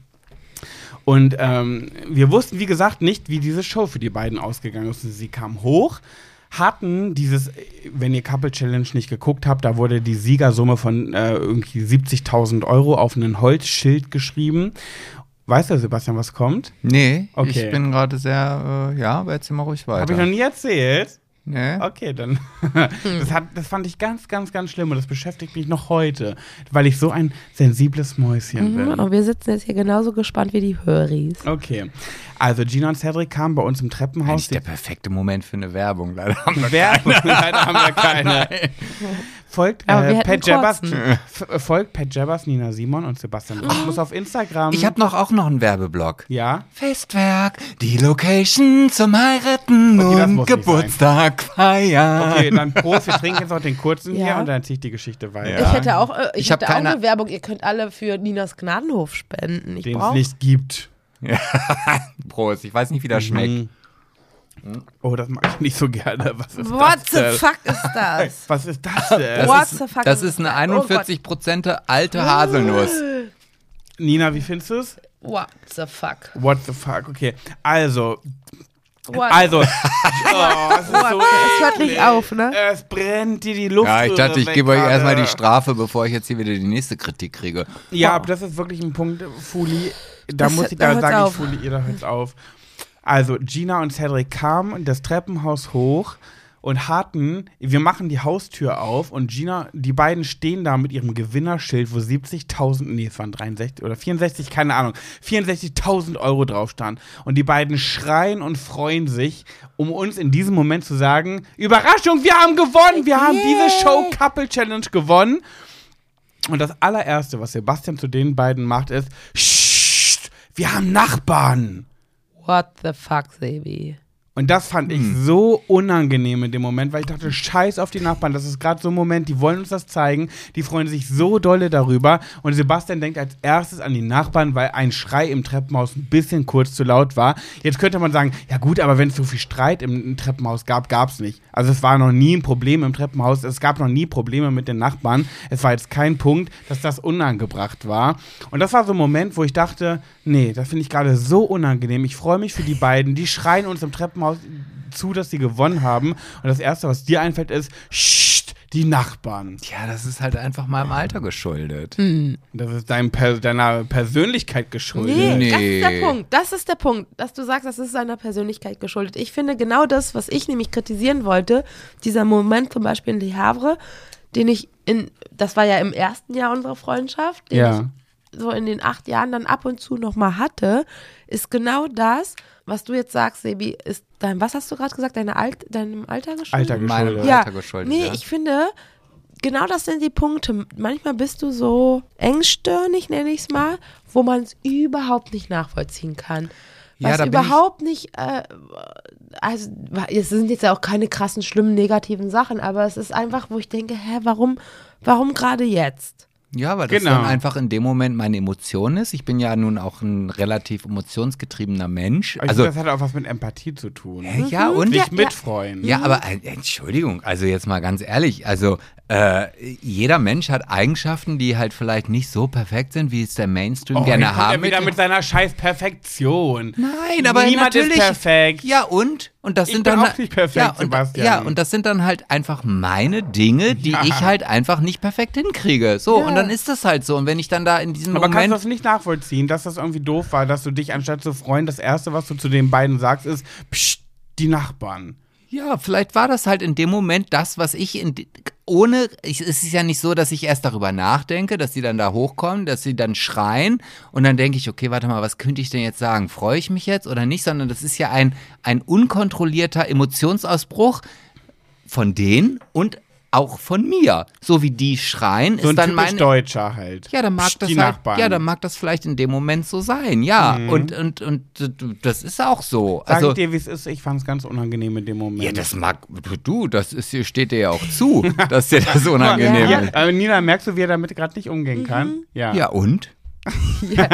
Und ähm, wir wussten, wie gesagt, nicht, wie diese Show für die beiden ausgegangen ist. Sie kamen hoch, hatten dieses, wenn ihr Couple Challenge nicht geguckt habt, da wurde die Siegersumme von äh, irgendwie siebzigtausend Euro auf einen Holzschild geschrieben. Weißt du, Sebastian, was kommt? Nee, Okay. ich bin gerade sehr, äh, ja, aber erzähl mal ruhig weiter. Habe ich noch nie erzählt. Nee. Okay, dann. das, hat, das fand ich ganz, ganz, ganz schlimm und das beschäftigt mich noch heute, weil ich so ein sensibles Mäuschen Mhm, bin. und wir sitzen jetzt hier genauso gespannt wie die Höris. Okay, also Gina und Cedric kamen bei uns im Treppenhaus. Eigentlich der perfekte Moment für eine Werbung. Leider haben wir Werbung, leider haben wir keine. Folgt, Aber wir äh, hätten Pat Jabbers, kurzen. f- äh, folgt Pat Jabbers, Nina Simon und Sebastian Rhythmus auf Instagram. Ich habe noch auch noch einen Werbeblock. Ja? Festwerk, die Location zum Heiraten Okay, das und muss nicht Geburtstag feiern. Okay, dann Prost, wir trinken jetzt noch den kurzen Ja. hier und dann ziehe ich die Geschichte weiter. Ja. Ich hätte auch, äh, ich Ich hab hätte auch keine- eine Werbung. Ihr könnt alle für Ninas Gnadenhof spenden. Ich Den es brauche. nicht gibt. Prost, ich weiß nicht, wie das schmeckt. Mhm. Oh, das mag ich nicht so gerne. Was ist What das the denn? fuck ist das? Was ist das denn? What Das the ist, fuck das is ist eine that? einundvierzig Prozent alte Haselnuss. Nina, wie findest du es? What the fuck? What the fuck? Okay, also, What? also, oh, es ist What? so Es hört nicht eklig. auf, ne? Es brennt dir die Luft. Ja, ich dachte, ich gebe euch gerade. erstmal die Strafe, bevor ich jetzt hier wieder die nächste Kritik kriege. Ja, aber das ist wirklich ein Punkt, Fuli. Da Das- muss ich, da da hört's sage ich auf. Fuli, ihr da hört's auf. Also, Gina und Cedric kamen das Treppenhaus hoch und hatten, wir machen die Haustür auf und Gina, die beiden stehen da mit ihrem Gewinnerschild, wo siebzigtausend, nee, es waren dreiundsechzig oder vierundsechzig, keine Ahnung, vierundsechzigtausend Euro drauf stand. Und die beiden schreien und freuen sich, um uns in diesem Moment zu sagen, Überraschung, wir haben gewonnen, wir haben diese Show Couple Challenge gewonnen. Und das allererste, was Sebastian zu den beiden macht, ist, Psst, wir haben Nachbarn. What the fuck, Sebi? Und das fand ich hm. so unangenehm in dem Moment, weil ich dachte, scheiß auf die Nachbarn, das ist gerade so ein Moment, die wollen uns das zeigen, die freuen sich so dolle darüber und Sebastian denkt als erstes an die Nachbarn, weil ein Schrei im Treppenhaus ein bisschen kurz zu laut war. Jetzt könnte man sagen, ja gut, aber wenn es so viel Streit im, im Treppenhaus gab, gab es nicht. Also es war noch nie ein Problem im Treppenhaus, es gab noch nie Probleme mit den Nachbarn, es war jetzt kein Punkt, dass das unangebracht war. Und das war so ein Moment, wo ich dachte, nee, das finde ich gerade so unangenehm, ich freue mich für die beiden, die schreien uns im Treppenhaus zu, dass sie gewonnen haben. Und das Erste, was dir einfällt, ist, Scht, die Nachbarn. Ja, das ist halt einfach meinem Alter geschuldet. Mhm. Das ist dein per- deiner Persönlichkeit geschuldet. Nee, Nee. das ist der Punkt. Das ist der Punkt, dass du sagst, das ist seiner Persönlichkeit geschuldet. Ich finde genau das, was ich nämlich kritisieren wollte, dieser Moment zum Beispiel in Le Havre, den ich in, das war ja im ersten Jahr unserer Freundschaft, den Ja. ich so in den acht Jahren dann ab und zu nochmal hatte, ist genau das, was du jetzt sagst, Sebi, ist dein, was hast du gerade gesagt, deine Alt, deinem Alter geschuldet? Alter Meinem geschuldet. Ja, Alter geschuldet, nee, ja. ich finde, genau das sind die Punkte. Manchmal bist du so engstirnig, nenne ich es mal, wo man es überhaupt nicht nachvollziehen kann. Ja, Was da bin überhaupt nicht, äh, also es sind jetzt ja auch keine krassen, schlimmen, negativen Sachen, aber es ist einfach, wo ich denke, hä, warum, warum gerade jetzt? Ja, weil das Genau. dann einfach in dem Moment meine Emotion ist. Ich bin ja nun auch ein relativ emotionsgetriebener Mensch. Also, Also, das hat auch was mit Empathie zu tun. äh, ja, und? Dich Ja, ja. mitfreuen. Ja, aber äh, Entschuldigung, also jetzt mal ganz ehrlich, also äh, jeder Mensch hat Eigenschaften, die halt vielleicht nicht so perfekt sind, wie es der Mainstream Oh, gerne jetzt kommt haben er wieder möchte. mit seiner scheiß Perfektion. Nein, aber Niemand natürlich. ist perfekt. Ja, und? Und das Ich sind bin dann auch nicht perfekt, ja, und, Sebastian. Ja, und das sind dann halt einfach meine Dinge, die Ja. ich halt einfach nicht perfekt hinkriege. So, Ja. und dann ist das halt so. Und wenn ich dann da in diesem Aber kannst Moment. du das nicht nachvollziehen, dass das irgendwie doof war, dass du dich anstatt zu freuen, das Erste, was du zu den beiden sagst, ist, Psst, die Nachbarn. Ja, vielleicht war das halt in dem Moment das, was ich in, ohne, ich, es ist ja nicht so, dass ich erst darüber nachdenke, dass sie dann da hochkommen, dass sie dann schreien und dann denke ich, okay, warte mal, was könnte ich denn jetzt sagen? Freue ich mich jetzt oder nicht? Sondern das ist ja ein, ein unkontrollierter Emotionsausbruch von denen und auch von mir. So wie die schreien, So ein ist dann typisch mein Deutscher halt. ja, dann mag Psst, das die halt, Nachbarn. ja, dann mag das vielleicht in dem Moment so sein, ja. Mhm. Und, und, und das ist auch so. Sag Also, ich dir, wie es ist, ich fand es ganz unangenehm in dem Moment. ja, das mag, du, das ist, steht dir ja auch zu, dass dir das unangenehm Ja. ist. Aber Nina, merkst du, wie er damit gerade nicht umgehen kann? Ja. Ja, und? Ja.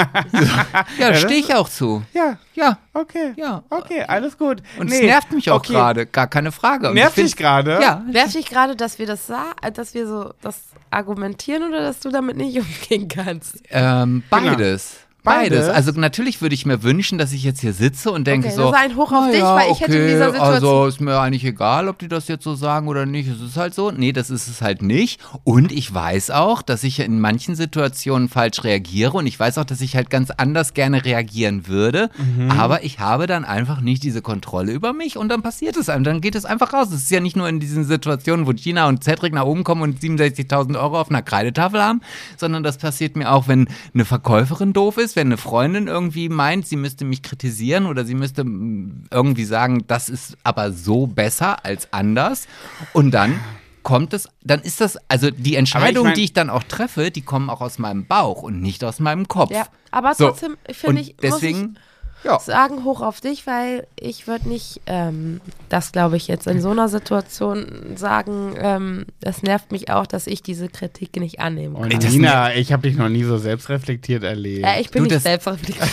Ja, da das stehe ich auch zu. Ja, Ja, okay. ja. Okay, alles gut. Und Nee, es nervt mich auch okay. gerade, gar keine Frage. Und Nervt ich dich find- gerade? Ja, Nervt dich gerade, dass wir das sa- äh, dass wir so das argumentieren oder dass du damit nicht umgehen kannst? ähm, beides. Beides. Beides? Also natürlich würde ich mir wünschen, dass ich jetzt hier sitze und denke Okay, so, das ist ein Hoch auf na dich, ja, weil ich hätte in okay, dieser Situation- also ist mir eigentlich egal, ob die das jetzt so sagen oder nicht. Es ist halt so. Nee, das ist es halt nicht. Und ich weiß auch, dass ich in manchen Situationen falsch reagiere und ich weiß auch, dass ich halt ganz anders gerne reagieren würde. Mhm. Aber ich habe dann einfach nicht diese Kontrolle über mich und dann passiert es einem. Dann geht es einfach raus. Es ist ja nicht nur in diesen Situationen, wo Gina und Cedric nach oben kommen und siebenundsechzigtausend Euro auf einer Kreidetafel haben, sondern das passiert mir auch, wenn eine Verkäuferin doof ist, wenn eine Freundin irgendwie meint, sie müsste mich kritisieren oder sie müsste mm, irgendwie sagen, das ist aber so besser als anders. Und dann kommt es, dann ist das, also die Entscheidungen, mein- die ich dann auch treffe, die kommen auch aus meinem Bauch und nicht aus meinem Kopf. Ja, aber So. trotzdem finde Und ich, deswegen, muss ja. ich sagen, hoch auf dich, weil ich würde nicht ähm, das, glaube ich, jetzt in so einer Situation sagen, ähm, das nervt mich auch, dass ich diese Kritik nicht annehmen kann. Und Ey, das Nina, ich habe dich noch nie so selbstreflektiert erlebt. Ja, ich bin Du, nicht das- selbstreflektiert.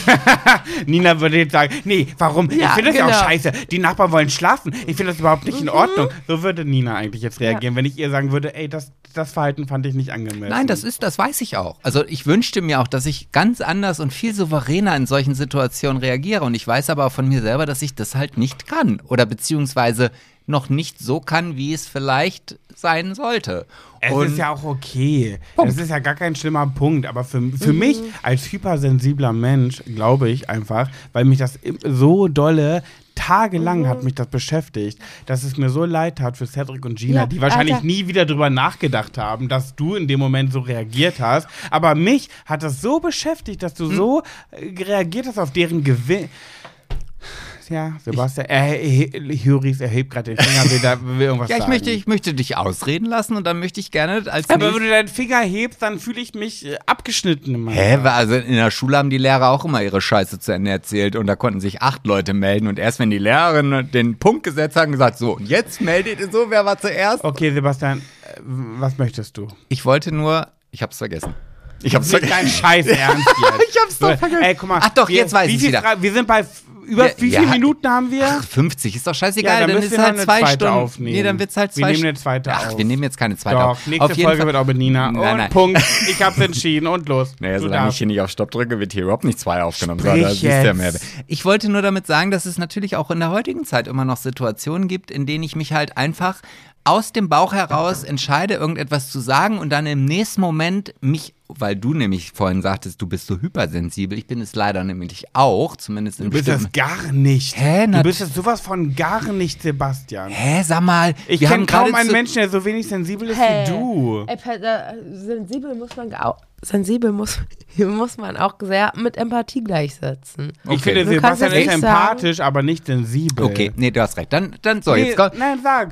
Nina würde jetzt sagen, nee, warum? ich Ja, finde das ja auch genau. scheiße. Die Nachbarn wollen schlafen. Ich finde das überhaupt nicht in Ordnung. So würde Nina eigentlich jetzt reagieren, wenn ich ihr sagen würde, ey, das, das Verhalten fand ich nicht angemessen. Nein, das ist, das weiß ich auch. Also ich wünschte mir auch, dass ich ganz anders und viel souveräner in solchen Situationen reagiere. Und ich weiß aber von mir selber, dass ich das halt nicht kann. Oder beziehungsweise noch nicht so kann, wie es vielleicht sein sollte. Es Und ist ja auch okay. Punkt. Es ist ja gar kein schlimmer Punkt. Aber für, für mich als hypersensibler Mensch, glaube ich einfach, weil mich das im- so dolle tagelang Mhm. hat mich das beschäftigt, dass es mir so leid tat für Cedric und Gina, Ja, die wahrscheinlich Alter. nie wieder drüber nachgedacht haben, dass du in dem Moment so reagiert hast. Aber mich hat das so beschäftigt, dass du Mhm. so äh, reagiert hast auf deren Gewinn. Ja, Sebastian, er, er, Juris erhebt gerade den Finger, will, da, will irgendwas Ja, ich sagen. möchte, ich möchte dich ausreden lassen und dann möchte ich gerne als Aber nächstes- wenn du deinen Finger hebst, dann fühle ich mich äh, abgeschnitten immer. Hä? Also in der Schule haben die Lehrer auch immer ihre Scheiße zu Ende erzählt und da konnten sich acht Leute melden und erst wenn die Lehrerin den Punkt gesetzt hat und gesagt, so, und jetzt meldet ihr so, wer war zuerst? Okay, Sebastian, äh, was möchtest du? Ich wollte nur, ich hab's vergessen. Ich hab's Nicht vergessen. dein Scheiß Ernst jetzt. Ich hab's doch vergessen. Ey, guck mal. Ach doch, wir, jetzt weiß wie ich's viel wieder. Fra- Wir sind bei f- über Ja, wie ja, viele Minuten haben wir? Ach, fünfzig, ist doch scheißegal, Ja, dann dann, müssen ist wir noch halt eine zwei zweite Stunden. aufnehmen. Nee, dann wird's halt Wir zwei nehmen Stunden. eine zweite Ach, auf. wir nehmen jetzt keine zweite Doch, auf. nächste auf jeden Folge Fall. wird auch mit Nina. Nein, und nein. Punkt. Ich hab's entschieden und los. Naja, Du solange ich darfst. hier nicht auf Stopp drücke, wird hier überhaupt nicht zwei aufgenommen. Sprich Da siehst du ja jetzt. mehr. Ich wollte nur damit sagen, dass es natürlich auch in der heutigen Zeit immer noch Situationen gibt, in denen ich mich halt einfach aus dem Bauch heraus entscheide, irgendetwas zu sagen und dann im nächsten Moment mich, weil du nämlich vorhin sagtest, du bist so hypersensibel, ich bin es leider nämlich auch, zumindest in Du bist bestimmten... das gar nicht. Hä, du nat- bist es sowas von gar nicht, Sebastian. Hä, sag mal, Ich wir kenne haben kaum gerade einen zu- Menschen, der so wenig sensibel ist Hä? wie du. Ey, per- da- sensibel muss man auch, sensibel muss, muss man auch sehr mit Empathie gleichsetzen. Ich Okay. finde, Du kannst Sebastian jetzt ist nicht sagen- empathisch, aber nicht sensibel. Okay, nee, du hast recht. Dann, dann so, Nee, jetzt kommt... nein, sag.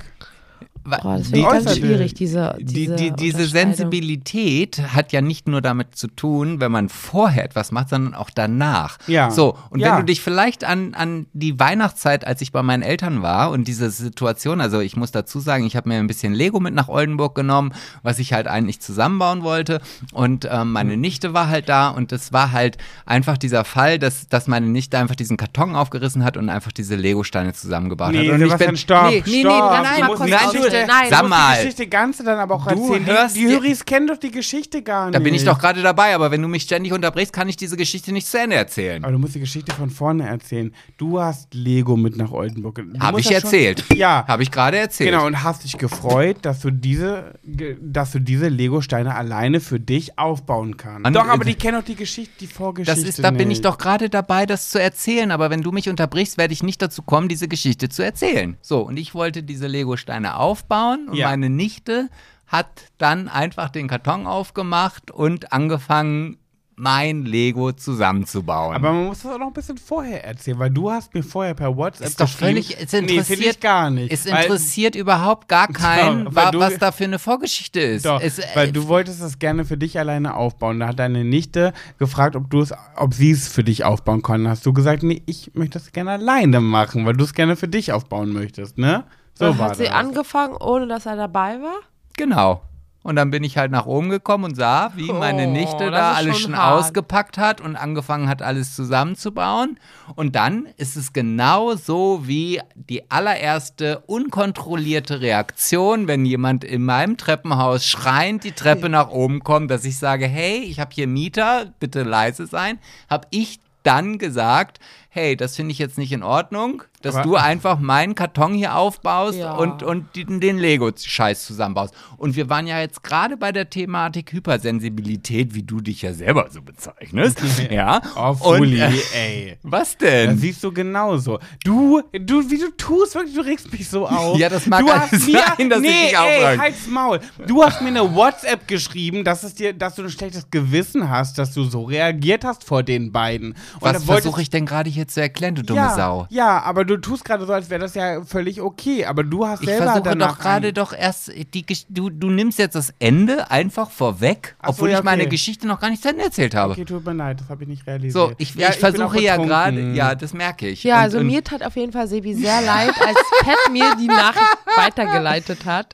Boah, das Die- finde ich ganz äußerte- schwierig, diese, Die, diese die, diese Unterscheidung. Sensibilität hat ja nicht nur damit zu tun, wenn man vorher etwas macht, sondern auch danach. Ja. So, und Ja. wenn du dich vielleicht an, an die Weihnachtszeit, als ich bei meinen Eltern war und diese Situation, also ich muss dazu sagen, ich habe mir ein bisschen Lego mit nach Oldenburg genommen, was ich halt eigentlich zusammenbauen wollte und ähm, meine Nichte war halt da und es war halt einfach dieser Fall, dass, dass meine Nichte einfach diesen Karton aufgerissen hat und einfach diese Lego-Steine zusammengebaut Nee, hat. Und Sebastian, stopp, nee, nee, nee, stopp. nein, nein, Du musst nein, die nein, Geschichte- nein, du sag musst mal. die Geschichte ganze dann aber auch Du erzählen. hörst die die dir- Juris kennen doch die Geschichte gar nicht. Da bin ich doch gerade dabei, aber wenn du mich ständig unterbrichst, kann ich diese Geschichte nicht zu Ende erzählen. Aber du musst die Geschichte von vorne erzählen. Du hast Lego mit nach Oldenburg. Du Habe musst ich das schon- erzählt. Ja. Habe ich gerade erzählt. Genau, und hast dich gefreut, dass du diese, ge- dass du diese Lego-Steine alleine für dich aufbauen kannst. An- doch, aber die kennen doch die Geschichte, die Vorgeschichte Das ist, da bin ich nicht. doch gerade dabei, das zu erzählen. Aber wenn du mich unterbrichst, werde ich nicht dazu kommen, diese Geschichte zu erzählen. So, und ich wollte diese Lego-Steine aufbauen und Ja. meine Nichte hat dann einfach den Karton aufgemacht und angefangen, mein Lego zusammenzubauen. Aber man muss das auch noch ein bisschen vorher erzählen, weil du hast mir vorher per WhatsApp ist doch geschrieben. völlig, es Nee, finde interessiert ich gar nicht. Es Weil- interessiert überhaupt gar keinen, Doch, weil wa- du- was da für eine Vorgeschichte ist. Doch, es, äh, weil du wolltest das gerne für dich alleine aufbauen. Da hat deine Nichte gefragt, ob du es, ob sie es für dich aufbauen kann. Hast du gesagt, nee, ich möchte das gerne alleine machen, weil du es gerne für dich aufbauen möchtest, ne? So Dann war hat sie das. angefangen, ohne dass er dabei war? Genau. Und dann bin ich halt nach oben gekommen und sah, wie meine Oh, Nichte das da ist alles schon schon hart. ausgepackt hat und angefangen hat, alles zusammenzubauen. Und dann ist es genau so wie die allererste unkontrollierte Reaktion, wenn jemand in meinem Treppenhaus schreiend die Treppe nach oben kommt, dass ich sage, hey, ich habe hier Mieter, bitte leise sein, habe ich dann gesagt, hey, das finde ich jetzt nicht in Ordnung, dass Aber- du einfach meinen Karton hier aufbaust Ja. und, und den, den Lego-Scheiß zusammenbaust. Und wir waren ja jetzt gerade bei der Thematik Hypersensibilität, wie du dich ja selber so bezeichnest. ja. Oh, und, Fuli, äh, ey. was Das denn? siehst du genauso. Du, du, wie du tust, wirklich, du regst mich so auf. Ja, das mag du alles hast mir, sein, dass ich nee, dich ey, aufreg. halt's Maul. Du hast mir eine WhatsApp geschrieben, dass es dir, dass du ein schlechtes Gewissen hast, dass du so reagiert hast vor den beiden. Und Was dann wolltest- versuche ich denn gerade hier zu erklären, du dumme ja, Sau? Ja, aber du tust gerade so, als wäre das ja völlig okay. Aber du hast Ich selber versuche danach doch gerade ein- doch erst, die, Gesch- du, du nimmst jetzt das Ende einfach vorweg, Ach so, obwohl ja, ich meine okay. Geschichte noch gar nicht zu Ende erzählt habe. Okay, tut mir leid, das habe ich nicht realisiert. So, ich, Ja, ich bin auch versuche ja betrunken. gerade, ja, das merke ich. Ja, Und- also und- mir tat auf jeden Fall Sebi sehr leid, als Pat mir die Nachricht weitergeleitet hat,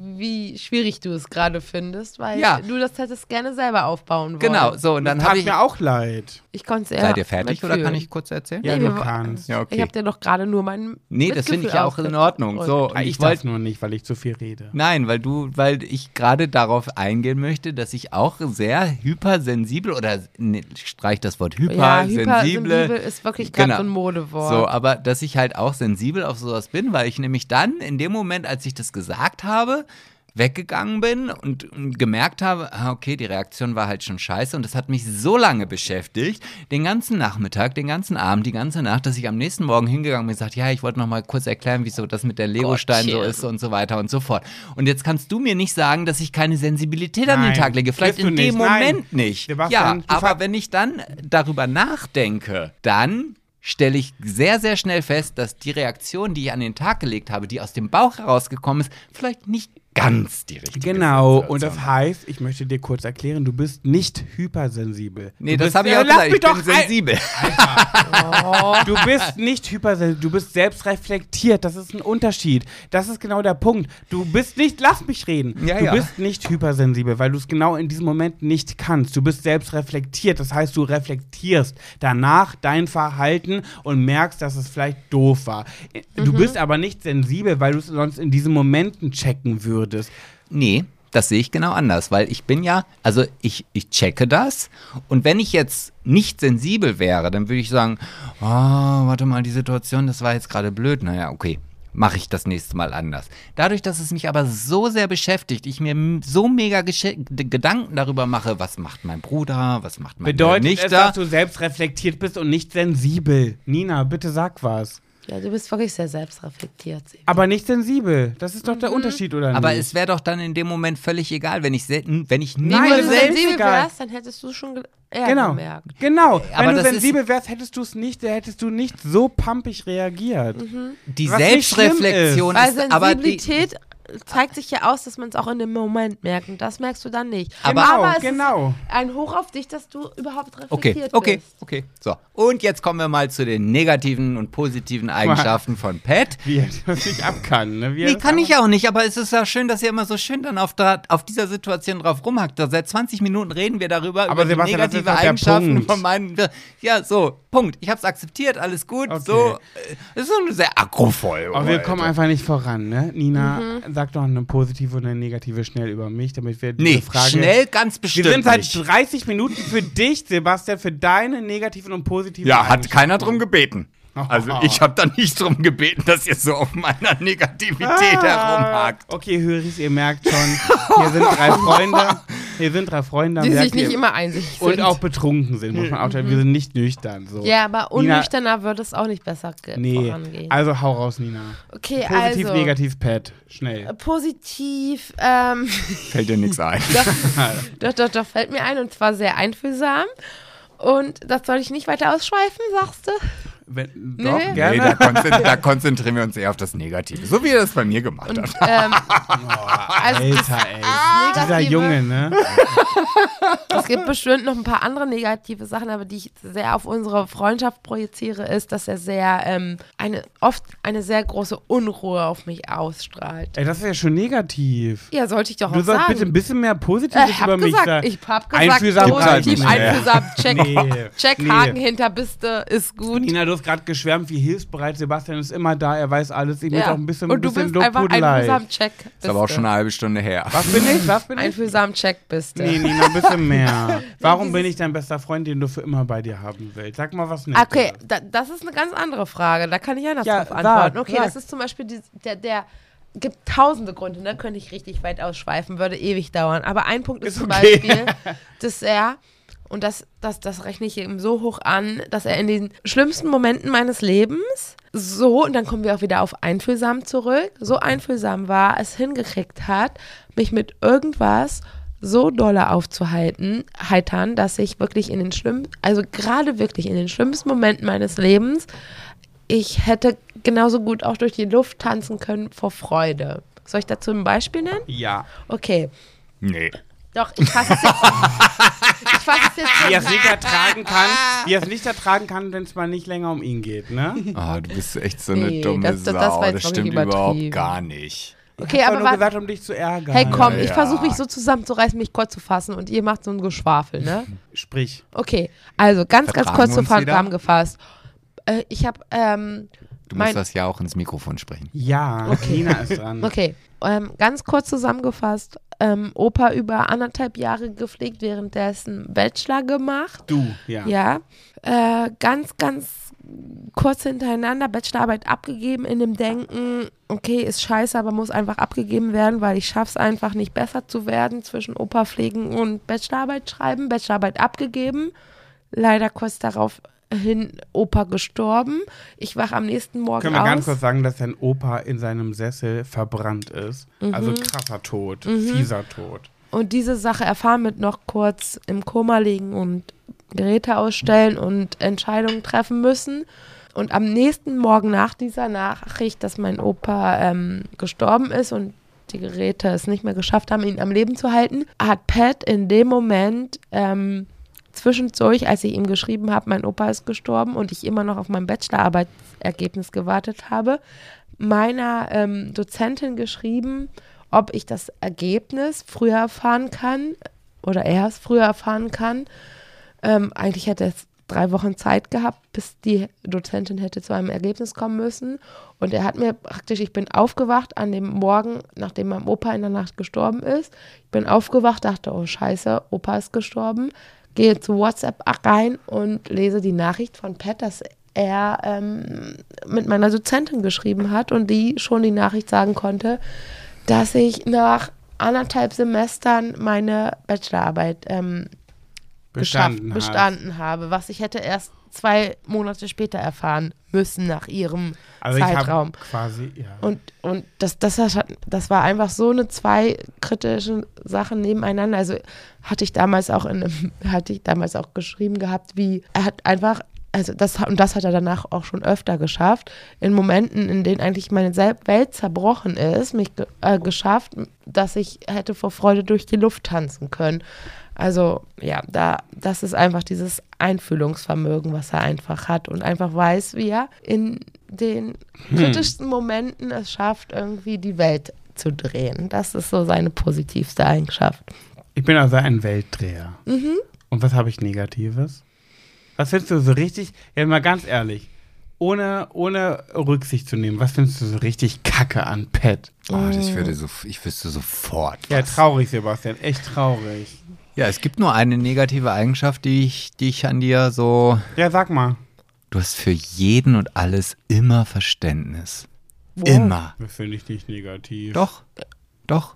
wie schwierig du es gerade findest, weil Ja. du das hättest gerne selber aufbauen wollen. Genau, so, und dann das habe tat ich. mir auch leid. Ich konnte es eher Seid ihr fertig oder mitfühlen. kann ich kurz erzählen? Ja, Nee, du wir- kannst. Ja, okay. Ich habe dir doch gerade nur meinen Nee, das finde ich ja auch in Ordnung. So, und Ah, ich ich darf wollte. nur nicht, weil ich zu viel rede. Nein, weil du, weil ich gerade darauf eingehen möchte, dass ich auch sehr hypersensibel oder nee, streich das Wort Ja, hypersensible. hypersensibel ist wirklich gerade Genau. so ein Modewort. So, aber dass ich halt auch sensibel auf sowas bin, weil ich nämlich dann in dem Moment, als ich das gesagt habe, weggegangen bin und, und gemerkt habe, ah, okay, die Reaktion war halt schon scheiße und das hat mich so lange beschäftigt, den ganzen Nachmittag, den ganzen Abend, die ganze Nacht, dass ich am nächsten Morgen hingegangen bin und gesagt, ja, ich wollte noch mal kurz erklären, wieso das mit der Legostein so ist und so weiter und so fort. Und jetzt kannst du mir nicht sagen, dass ich keine Sensibilität Nein, an den Tag lege. Vielleicht in dem nicht. Moment Nein. nicht. Sebastian, ja, aber wenn ich dann darüber nachdenke, dann stelle ich sehr, sehr schnell fest, dass die Reaktion, die ich an den Tag gelegt habe, die aus dem Bauch herausgekommen ist, vielleicht nicht ganz die richtige Genau, Situation. und das heißt, ich möchte dir kurz erklären, du bist nicht hypersensibel. Nee, du das bist, habe ich äh, auch lass gesagt, mich ich bin doch sensibel. Oh. Du bist nicht hypersensibel, du bist selbstreflektiert, das ist ein Unterschied. Das ist genau der Punkt. Du bist nicht, lass mich reden, Ja, du ja. bist nicht hypersensibel, weil du es genau in diesem Moment nicht kannst. Du bist selbstreflektiert, das heißt, du reflektierst danach dein Verhalten und merkst, dass es vielleicht doof war. Du Mhm. bist aber nicht sensibel, weil du es sonst in diesen Momenten checken würdest. Nee, das sehe ich genau anders, weil ich bin ja, also ich, ich checke das und wenn ich jetzt nicht sensibel wäre, dann würde ich sagen, oh, warte mal, die Situation, das war jetzt gerade blöd, naja, okay. Mache ich das nächste Mal anders. Dadurch, dass es mich aber so sehr beschäftigt, ich mir m- so mega Gesche- d- Gedanken darüber mache, was macht mein Bruder, was macht mein Bedeutet Nichter. es, dass du selbstreflektiert bist und nicht sensibel? Nina, bitte sag was. Ja, du bist wirklich sehr selbstreflektiert. Sebi. Aber nicht sensibel. Das ist doch der Unterschied, oder Aber nicht? es wäre doch dann in dem Moment völlig egal, wenn ich, se- wenn ich Wenn nur Nein, du das ist selbst... sensibel egal. wärst, dann hättest du schon ge- eher Genau, gemerkt. genau. Aber Wenn du das sensibel wärst, hättest du es nicht, hättest du nicht so pumpig reagiert. Die Was nicht Selbstreflexion Weil ist aber die, Sensibilität zeigt sich ja aus, dass man es auch in dem Moment merkt. Und das merkst du dann nicht. Aber- Genau, Aber es genau. ist ein Hoch auf dich, dass du überhaupt Okay, reflektiert okay, bist. okay. So, und jetzt kommen wir mal zu den negativen und positiven Eigenschaften von Pat. Wie er das nicht abkann, ne? Wie er Nee, das kann ab- ich auch nicht, aber es ist ja schön, dass ihr immer so schön dann auf, da, auf dieser Situation drauf rumhackt. Da seit zwanzig Minuten reden wir darüber, Aber über Sebastian, das die ist negative doch der Eigenschaften Punkt. von meinen... Ja, so, Punkt. Ich hab's akzeptiert, alles gut, Okay. so. äh, Das ist so sehr akkuvoll. Aber wir kommen einfach nicht voran, ne? Nina, sag doch eine positive und eine negative schnell über mich, damit wir diese Nee, Frage... schnell ganz bestimmt Wir sind seit nicht. dreißig Minuten für dich, Sebastian, für deine negativen und positiven Ja, hat Eigenschaften. keiner drum gebeten. Also ich habe da nicht drum gebeten, dass ihr so auf meiner Negativität herumhakt. Okay, Höris, ihr merkt schon, hier sind drei Freunde, hier sind drei Freunde, Die merkt sich nicht ihr, immer einsig und sind. auch betrunken sind, muss man auch sagen. Wir sind nicht nüchtern. So. Ja, aber Nina- unnüchterner würde es auch nicht besser ge- Nee, vorangehen. also hau raus, Nina. Okay, Positiv, also negativ, Pat, schnell. äh, positiv, ähm, Fällt dir nichts ein. doch, doch, doch, fällt mir ein und zwar sehr einfühlsam. Und das soll ich nicht weiter ausschweifen, sagst du? Wenn, Nee. Doch, Nee, gerne. da, konzentri da konzentrieren wir uns eher auf das Negative. So wie er das bei mir gemacht Und hat. ähm, also Alter, ey. Dieser Negative- Junge, ne? es gibt bestimmt noch ein paar andere negative Sachen, aber die ich sehr auf unsere Freundschaft projiziere, ist, dass er sehr ähm, eine oft eine sehr große Unruhe auf mich ausstrahlt. Ey, das ist ja schon negativ. Ja, sollte ich doch Du auch sollst sagen. bitte ein bisschen mehr Äh, Positives ich hab über mich gesagt, sagen. ich hab gesagt, Einfühlsam reicht positiv, nicht mehr. einfühlsam, check, Nee. check, Nee. Haken hinter Biste, ist gut. Nina, du hast gerade geschwärmt, wie hilfsbereit. Sebastian ist immer da, er weiß alles. Ich möchte Ja. auch ein bisschen, Und du bisschen bist einfach Lobhudelei. einfühlsam, check, Biste. Ist aber auch schon eine halbe Stunde her. Was bin ich? Was bin ich? Einfühlsam, check, Biste. Nee, Nina, ein bisschen mehr. Warum dieses- bin ich dein bester Freund, den du für immer bei dir haben willst? Sag mal was Nettes. Okay, da, das ist eine ganz andere Frage. Da kann ich anders Ja, drauf sag, antworten. Okay, sag. das ist zum Beispiel die, der, der gibt tausende Gründe, ne? Könnte ich richtig weit ausschweifen, würde ewig dauern. Aber ein Punkt ist, Ist zum okay. Beispiel, dass er, und das, das, das rechne ich ihm so hoch an, dass er in den schlimmsten Momenten meines Lebens so, und dann kommen wir auch wieder auf einfühlsam zurück, so einfühlsam war, es hingekriegt hat, mich mit irgendwas so dolle aufzuhalten, heitern, dass ich wirklich in den schlimmsten, also gerade wirklich in den schlimmsten Momenten meines Lebens, ich hätte genauso gut auch durch die Luft tanzen können vor Freude. Soll ich dazu ein Beispiel nennen? Ja. Okay. Nee. Doch, ich fasse es jetzt. ich fasse es jetzt Wie er es so. nicht ertragen kann, wie er es nicht ertragen kann, wenn es mal nicht länger um ihn geht, ne? Oh, du bist echt so Nee, eine dumme das- das- Sau. das war jetzt Das wirklich stimmt überhaupt übertrieben. gar nicht. Okay, Ich hab aber doch nur warte. gesagt, um dich zu ärgern. Hey, komm, ich Ja. versuche mich so zusammenzureißen, mich kurz zu fassen und ihr macht so ein Geschwafel, ne? Sprich. Okay, also ganz, ganz Vertragen kurz wir uns wieder? zusammengefasst. Äh, ich habe, ähm, Du musst Mein- das ja auch ins Mikrofon sprechen. Ja, Nina ist dran. okay, ähm, ganz kurz zusammengefasst, ähm, Opa über anderthalb Jahre gepflegt, währenddessen Bachelor gemacht. Du, ja. Ja, äh, ganz, ganz kurz hintereinander Bachelorarbeit abgegeben in dem Denken, okay, ist scheiße, aber muss einfach abgegeben werden, weil ich schaff's einfach nicht besser zu werden zwischen Opa pflegen und Bachelorarbeit schreiben. Bachelorarbeit abgegeben, leider kurz darauf hin Opa gestorben. Ich wach am nächsten Morgen Können wir aus. ganz kurz sagen, dass dein Opa in seinem Sessel verbrannt ist? Mhm. Also krasser Tod, Mhm. fieser Tod. Und diese Sache erfahren mit noch kurz im Koma liegen und Geräte ausstellen und Entscheidungen treffen müssen. Und am nächsten Morgen nach dieser Nachricht, dass mein Opa ähm, gestorben ist und die Geräte es nicht mehr geschafft haben, ihn am Leben zu halten, hat Pat in dem Moment ähm, zwischendurch, als ich ihm geschrieben habe, mein Opa ist gestorben und ich immer noch auf mein Bachelorarbeitsergebnis gewartet habe, meiner ähm, Dozentin geschrieben, ob ich das Ergebnis früher erfahren kann oder er es früher erfahren kann. Ähm, eigentlich hätte es drei Wochen Zeit gehabt, bis die Dozentin hätte zu einem Ergebnis kommen müssen. Und er hat mir praktisch, ich bin aufgewacht an dem Morgen, nachdem mein Opa in der Nacht gestorben ist. Ich bin aufgewacht, dachte, oh scheiße, Opa ist gestorben. Gehe zu WhatsApp rein und lese die Nachricht von Pat, dass er ähm, mit meiner Dozentin geschrieben hat und die schon die Nachricht sagen konnte, dass ich nach anderthalb Semestern meine Bachelorarbeit ähm, Bestanden, geschafft, bestanden habe, was ich hätte erst zwei Monate später erfahren müssen nach ihrem also Zeitraum. Ich quasi, ja. Und, und das, das, das war einfach so eine zwei kritische Sachen nebeneinander. Also hatte ich damals auch in einem, hatte ich damals auch geschrieben gehabt, wie er hat einfach, also das und das hat er danach auch schon öfter geschafft, in Momenten, in denen eigentlich meine Welt zerbrochen ist, mich äh, geschafft, dass ich hätte vor Freude durch die Luft tanzen können. Also ja, da, das ist einfach dieses Einfühlungsvermögen, was er einfach hat und einfach weiß, wie er in den hm. kritischsten Momenten es schafft, irgendwie die Welt zu drehen. Das ist so seine positivste Eigenschaft. Ich bin also ein Weltdreher. Mhm. Und was habe ich Negatives? Was findest du so richtig, ja mal ganz ehrlich, ohne, ohne Rücksicht zu nehmen, was findest du so richtig kacke an Pat? Oh, ich würde so, ich wüsste sofort. Ja, was. traurig, Sebastian, echt traurig. Ja, es gibt nur eine negative Eigenschaft, die ich, die ich an dir so. Ja, sag mal. Du hast für jeden und alles immer Verständnis. Wow. Immer. Das finde ich nicht negativ. Doch, doch.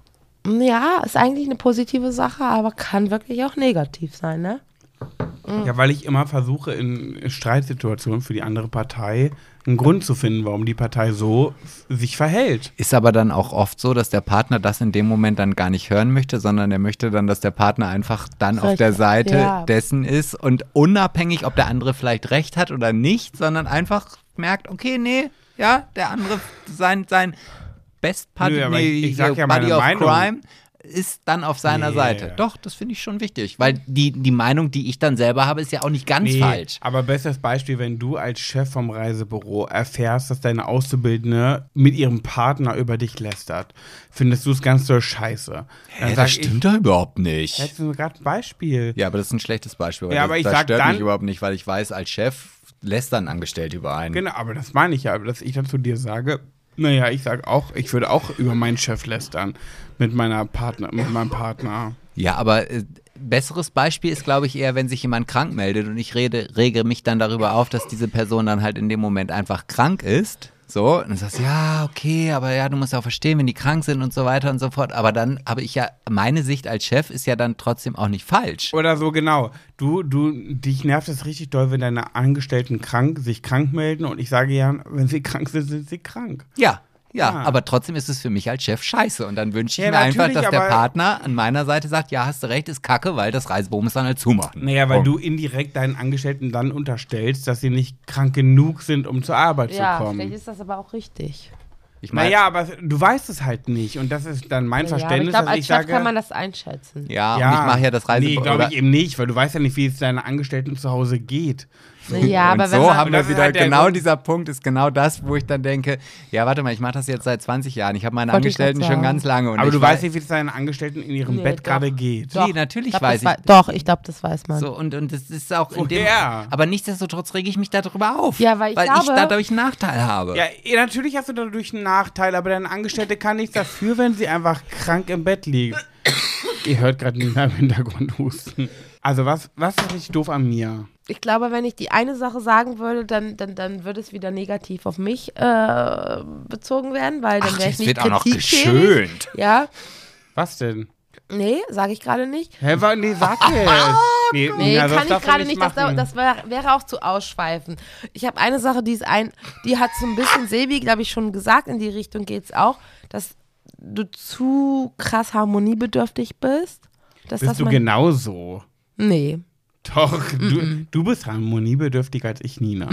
Ja, ist eigentlich eine positive Sache, aber kann wirklich auch negativ sein, ne? Ja, weil ich immer versuche, in Streitsituationen für die andere Partei einen Grund zu finden, warum die Partei so sich verhält. Ist aber dann auch oft so, dass der Partner das in dem Moment dann gar nicht hören möchte, sondern er möchte dann, dass der Partner einfach dann Recht, auf der Seite ja. dessen ist und unabhängig, ob der andere vielleicht recht hat oder nicht, sondern einfach merkt, okay, nee, ja, der andere, sein, sein Best Buddy, Nö, aber nee, ich- ich sag ja Buddy meine of Meinung. Crime ist dann auf seiner Nee. Seite. Doch, das finde ich schon wichtig, weil die, die Meinung, die ich dann selber habe, ist ja auch nicht ganz Nee, falsch. aber bestes Beispiel, wenn du als Chef vom Reisebüro erfährst, dass deine Auszubildende mit ihrem Partner über dich lästert, findest du es ganz so scheiße. Dann Hä, sag das stimmt doch überhaupt nicht. Ich, hättest du gerade ein Beispiel. Ja, aber das ist ein schlechtes Beispiel. Weil Ja, das, aber ich das sag stört dann- mich überhaupt nicht, weil ich weiß, als Chef lästern Angestellte über einen. Genau, aber das meine ich ja, dass ich dann zu dir sage, naja, ich sag auch, ich würde auch über meinen Chef lästern mit meiner Partner, mit meinem Partner. Ja, aber äh, besseres Beispiel ist, glaube ich, eher, wenn sich jemand krank meldet und ich rede, rege mich dann darüber auf, dass diese Person dann halt in dem Moment einfach krank ist. So, und dann sagst du, ja, okay, aber ja, du musst ja auch verstehen, wenn die krank sind und so weiter und so fort. Aber dann habe ich ja, meine Sicht als Chef ist ja dann trotzdem auch nicht falsch. Oder so, genau. Du, du, dich nervt es richtig doll, wenn deine Angestellten krank, sich krank melden und ich sage ja, wenn sie krank sind, sind sie krank. Ja. Ja, Ah. aber trotzdem ist es für mich als Chef scheiße. Und dann wünsche ich Ja, mir einfach, natürlich, dass der aber- Partner an meiner Seite sagt, ja, hast du recht, ist kacke, weil das Reisebüro muss dann halt zumachen. Naja, weil Oh. du indirekt deinen Angestellten dann unterstellst, dass sie nicht krank genug sind, um zur Arbeit Ja, zu vielleicht kommen. ist das aber auch richtig. Ich meine, Naja, aber du weißt es halt nicht. Und das ist dann mein Ja, aber Verständnis, ich glaube, dass als ich Chef sage. kann man das einschätzen. ja, und ich mache ja das Nee, Reisebüro. glaube oder- ich eben nicht, weil du weißt ja nicht, wie es deinen Angestellten zu Hause geht. Ja, und aber wenn so man, haben das wir ist wieder, halt der genau Grund. dieser Punkt ist genau das, wo ich dann denke, ja, warte mal, ich mache das jetzt seit zwanzig Jahren. Ich habe meine Wollte ich Angestellten grad schon sagen. ganz lange. Und Aber ich du weiß weißt nicht, wie es deinen Angestellten in ihrem Nee, Bett doch. gerade geht. Nee, natürlich glaub, weiß das ich. wei- Doch, ich glaube, das weiß man. So, und, und das ist auch in dem. Woher? Aber nichtsdestotrotz rege ich mich darüber auf. Ja, weil ich weil ich glaube- dadurch einen Nachteil habe. Ja, eh, natürlich hast du dadurch einen Nachteil, aber deine Angestellte kann nichts dafür, wenn sie einfach krank im Bett liegt. Ihr hört gerade Nina im Hintergrund husten. Also was, was ist richtig doof an mir? Ich glaube, wenn ich die eine Sache sagen würde, dann, dann, dann würde es wieder negativ auf mich äh, bezogen werden, weil dann wäre ich nicht wird auch noch kritikfähig. geschönt. Ja. Was denn? Nee, sage ich gerade nicht. Hä, wa- nee, sag jetzt. Nee, Nee, Nina, kann das ich darfst du gerade nicht. Das, machen. das wär, wäre auch zu ausschweifend. Ich habe eine Sache, die ist ein, die hat so ein bisschen Sebi, glaube ich, schon gesagt, in die Richtung geht es auch, dass du zu krass harmoniebedürftig bist. Dass Bist das du man, genauso? Nee. Doch, du, du bist harmoniebedürftiger als ich, Nina.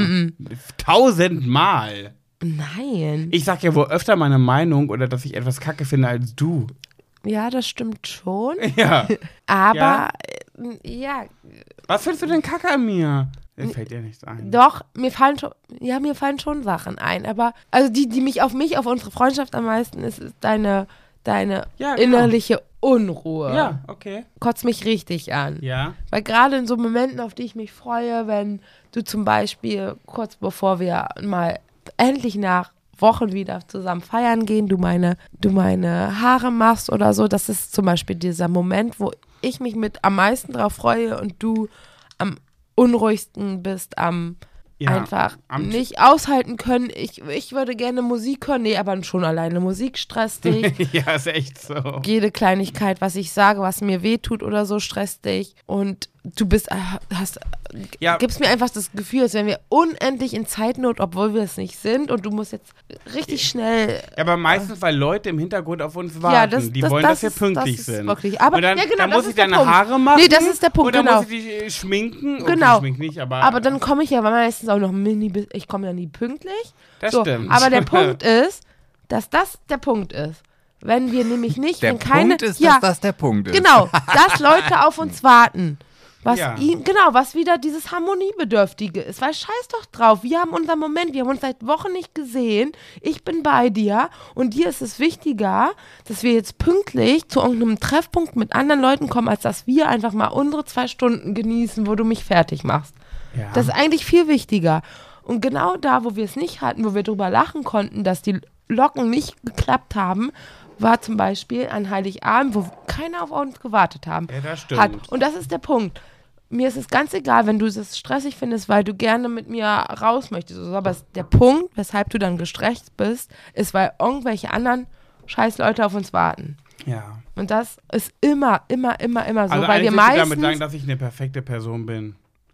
Tausendmal. Nein. Ich sag ja wohl öfter meine Meinung oder dass ich etwas kacke finde als du. Ja, das stimmt schon. Ja. Aber, Ja? äh, ja, Was findest du denn kacke an mir? Mir fällt dir nichts ein. doch, mir fallen schon, ja, mir fallen schon Sachen ein. Aber, also die, die mich auf mich, auf unsere Freundschaft am meisten ist, ist deine, deine Ja, genau. innerliche Unruhe. Ja, okay. Kotzt mich richtig an. Ja. Weil gerade in so Momenten, auf die ich mich freue, wenn du zum Beispiel kurz bevor wir mal endlich nach Wochen wieder zusammen feiern gehen, du meine, du meine Haare machst oder so, das ist zum Beispiel dieser Moment, wo ich mich mit am meisten drauf freue und du am unruhigsten bist, am Ja, einfach am- nicht aushalten können. Ich, ich würde gerne Musik hören, nee, aber schon alleine Musik stresst dich. Ja, ist echt so. Jede Kleinigkeit, was ich sage, was mir wehtut oder so, stresst dich. Und du bist, äh, hast, Ja. gibst mir einfach das Gefühl, als wären wir unendlich in Zeitnot, obwohl wir es nicht sind. Und du musst jetzt richtig schnell. Ja, aber meistens, weil Leute im Hintergrund auf uns warten. Ja, das- die das- wollen, das dass wir ist- pünktlich das ist sind. wirklich- aber- und dann, ja, genau, dann das muss ist ich der deine Punkt. Haare machen. Nee, das ist der Punkt, Und dann genau. muss ich dich äh, schminken. Genau. Okay, schmink nicht, aber, Aber dann komme ich ja meistens auch noch mini, ich komme ja nie pünktlich. Das so, stimmt. Aber der Punkt ist, dass das der Punkt ist. Wenn wir nämlich nicht, Der wenn keine. Punkt ist, ja, dass das der Punkt ist. Genau, dass Leute auf uns warten. Was Ja. ihm, genau, was wieder dieses Harmoniebedürftige ist. Weil scheiß doch drauf, wir haben unseren Moment, wir haben uns seit Wochen nicht gesehen. Ich bin bei dir und dir ist es wichtiger, dass wir jetzt pünktlich zu irgendeinem Treffpunkt mit anderen Leuten kommen, als dass wir einfach mal unsere zwei Stunden genießen, wo du mich fertig machst. Ja. Das ist eigentlich viel wichtiger. Und genau da, wo wir es nicht hatten, wo wir drüber lachen konnten, dass die Locken nicht geklappt haben, war zum Beispiel an Heiligabend, wo keiner auf uns gewartet haben. Ja, das stimmt. Hat. Und das ist der Punkt. Mir ist es ganz egal, wenn du es stressig findest, weil du gerne mit mir raus möchtest. oder so. Aber es, der Punkt, weshalb du dann gestresst bist, ist, weil irgendwelche anderen scheiß Leute auf uns warten. Ja. Und das ist immer, immer, immer, immer so, Also weil wir eigentlich willst du meistens damit sagen, dass ich eine perfekte Person bin.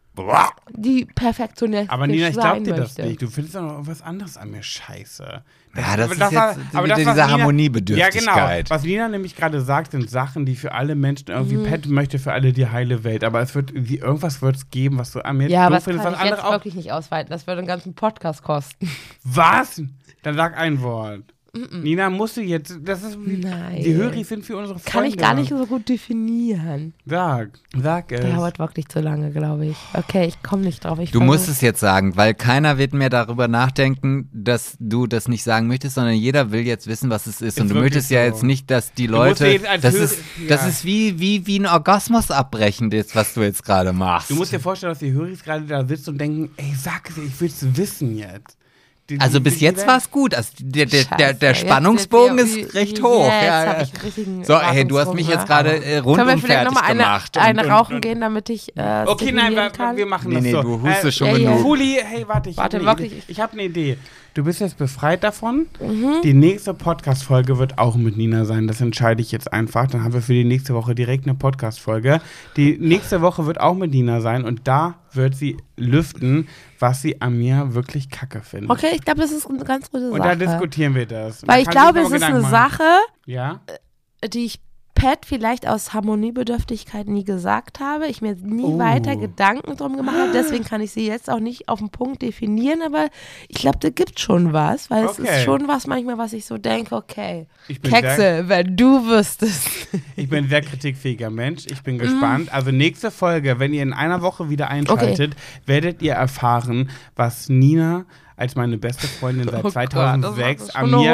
die Perfektionist Aber Nina, ich sein glaub dir das möchte. nicht. Du findest doch noch irgendwas anderes an mir scheiße. Ja, das ist war- jetzt aber wieder das, was diese Nina- Harmoniebedürftigkeit. Ja, genau. Was Nina nämlich gerade sagt, sind Sachen, die für alle Menschen irgendwie, Mhm. Pat möchte für alle die heile Welt. Aber es wird, wie, irgendwas wird es geben, was du an mir Ja, doof aber das findest, kann was ich jetzt andere auch. wirklich nicht ausweiten. Das würde einen ganzen Podcast kosten. Was? Dann sag ein Wort. Nina, musst du jetzt, das ist, Nein. die Höris sind für unsere Freunde. Kann ich gar nicht so gut definieren. Sag, sag es. Dauert wirklich zu lange, glaube ich. Okay, ich komme nicht drauf. Ich Du versuch- musst es jetzt sagen, weil keiner wird mehr darüber nachdenken, dass du das nicht sagen möchtest, sondern jeder will jetzt wissen, was es ist. Ist Und du wirklich möchtest ja so. jetzt nicht, dass die Du musst Leute, jetzt als das Hörer- ist, das ja. ist wie, wie, wie ein Orgasmus abbrechen, das, was du jetzt gerade machst. Du musst dir vorstellen, dass die Höris gerade da sitzen und denken, ey, sag es, ich will es wissen jetzt. Die, also die- bis die- die jetzt werden- war es gut. Also der, der, der, der Scheiße, Spannungsbogen jetzt- ist jetzt- recht jetzt hoch. hab Ja, ja. ich einen richtigen So, hey, du hast mich jetzt gerade äh, rundum Können wir vielleicht fertig nochmal eine, gemacht. eine und, rauchen und, gehen, damit ich äh, es Okay, nein, definieren wir, kann? wir machen Nee, das nee, so. du hustest schon ja, ja. genug. Fuli, hey, warte, ich Warte, habe eine, wirklich, Idee. ich- Ich hab eine Idee. Du bist jetzt befreit davon. Mhm. Die nächste Podcast-Folge wird auch mit Nina sein. Das entscheide ich jetzt einfach. Dann haben wir für die nächste Woche direkt eine Podcast-Folge. Die nächste Woche wird auch mit Nina sein und da wird sie lüften, was sie an mir wirklich kacke findet. Okay, ich glaube, das ist eine ganz gute Sache. Und da diskutieren wir das. Und Weil da ich kann glaube, sich es mal ist eine Gedanken machen. Sache, Ja? die ich Pat vielleicht aus Harmoniebedürftigkeit nie gesagt habe, ich mir nie Oh. weiter Gedanken drum gemacht habe, deswegen kann ich sie jetzt auch nicht auf den Punkt definieren, aber ich glaube, da gibt schon was, weil es Okay. ist schon was manchmal, was ich so denke, okay, Ich bin sehr- Kekse, wenn du wüsstest. Ich bin ein sehr kritikfähiger Mensch. Ich Mhm. bin gespannt. Also nächste Folge, wenn ihr in einer Woche wieder einschaltet, werdet ihr erfahren, was Nina als meine beste Freundin seit Oh Gott, das war zweitausendsechs schon an eine mir... hohe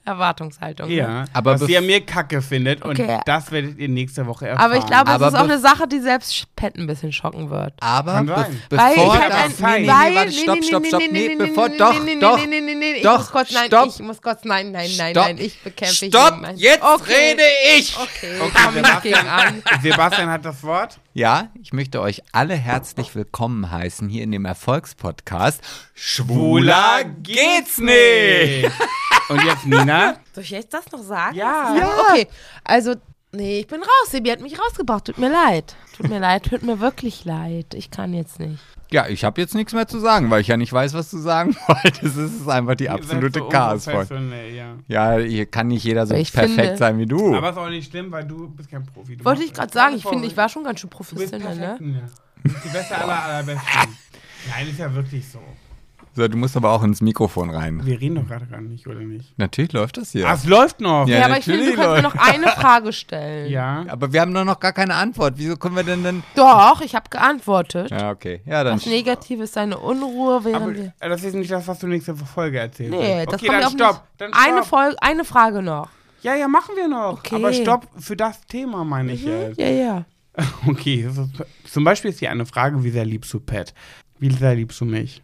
Erwartungshaltung. Ja, Aber was bef- ihr mir kacke findet Okay. und das werdet ihr nächste Woche erfahren. Aber ich glaube, Aber es ist auch bef- eine Sache, die selbst Pet ein bisschen schocken wird. Aber Kann be sein. Weil bevor ich hab das... ein- Nee, nee, weil- nee, warte, stopp, nee, stopp, nee, stopp. nee, Nee, nee, bevor... nee, Doch, nee, nee, doch. nee, nee, nee, nee, ich Doch, muss kurz, nein, stopp. ich muss kurz, nein, nein, nein, Stopp. nein, ich bekämpfe ich Stopp, gegen mein- jetzt okay. rede ich! Okay, Okay, komm, ich gegen an. Sebastian hat das Wort. Ja, ich möchte euch alle herzlich willkommen heißen hier in dem Erfolgspodcast Schwuler geht's nicht. Und jetzt Nina. Soll ich jetzt das noch sagen? Ja. Ja. Okay, also, nee, ich bin raus. Sebi hat mich rausgebracht. Tut mir leid. Tut mir leid, tut mir wirklich leid. Ich kann jetzt nicht. Ja, ich habe jetzt nichts mehr zu sagen, weil ich ja nicht weiß, was du sagen wolltest. Es ist einfach die absolute Ihr seid so Chaosfolge. unprofessionell, ja. Ja, hier kann nicht jeder so Ich perfekt finde- sein wie du. Aber ist auch nicht schlimm, weil du bist kein Profi. Du Wollte machst- ich gerade sagen, ich Keine finde, ich Vorwürfe. war schon ganz schön Du bist professionell, perfekt, ne? Nina. Du bist die beste aller allerbesten. Nein, ist ja wirklich so. So, du musst aber auch ins Mikrofon rein. Wir reden doch gerade gar nicht, oder nicht? Natürlich läuft das hier. Ah, es läuft noch. Ja. Ja, aber ich finde, du natürlich, kannst mir noch eine Frage stellen. Ja. Aber wir haben doch noch gar keine Antwort. Wieso können wir denn dann... Doch, ich habe geantwortet. Ja, okay. Ja, dann... Das Negative ist deine Unruhe, während Aber wir... äh, das ist nicht das, was du nächste Folge erzählst. Nee, das okay, kommt dann ja auch stopp. nicht. Dann stopp. Eine, Folge, eine Frage noch. Ja, ja, machen wir noch. Okay. Aber stopp für das Thema, meine ich jetzt. Ja, ja. Okay, das ist, zum Beispiel ist hier eine Frage, wie sehr liebst du Pat? Wie sehr liebst du mich?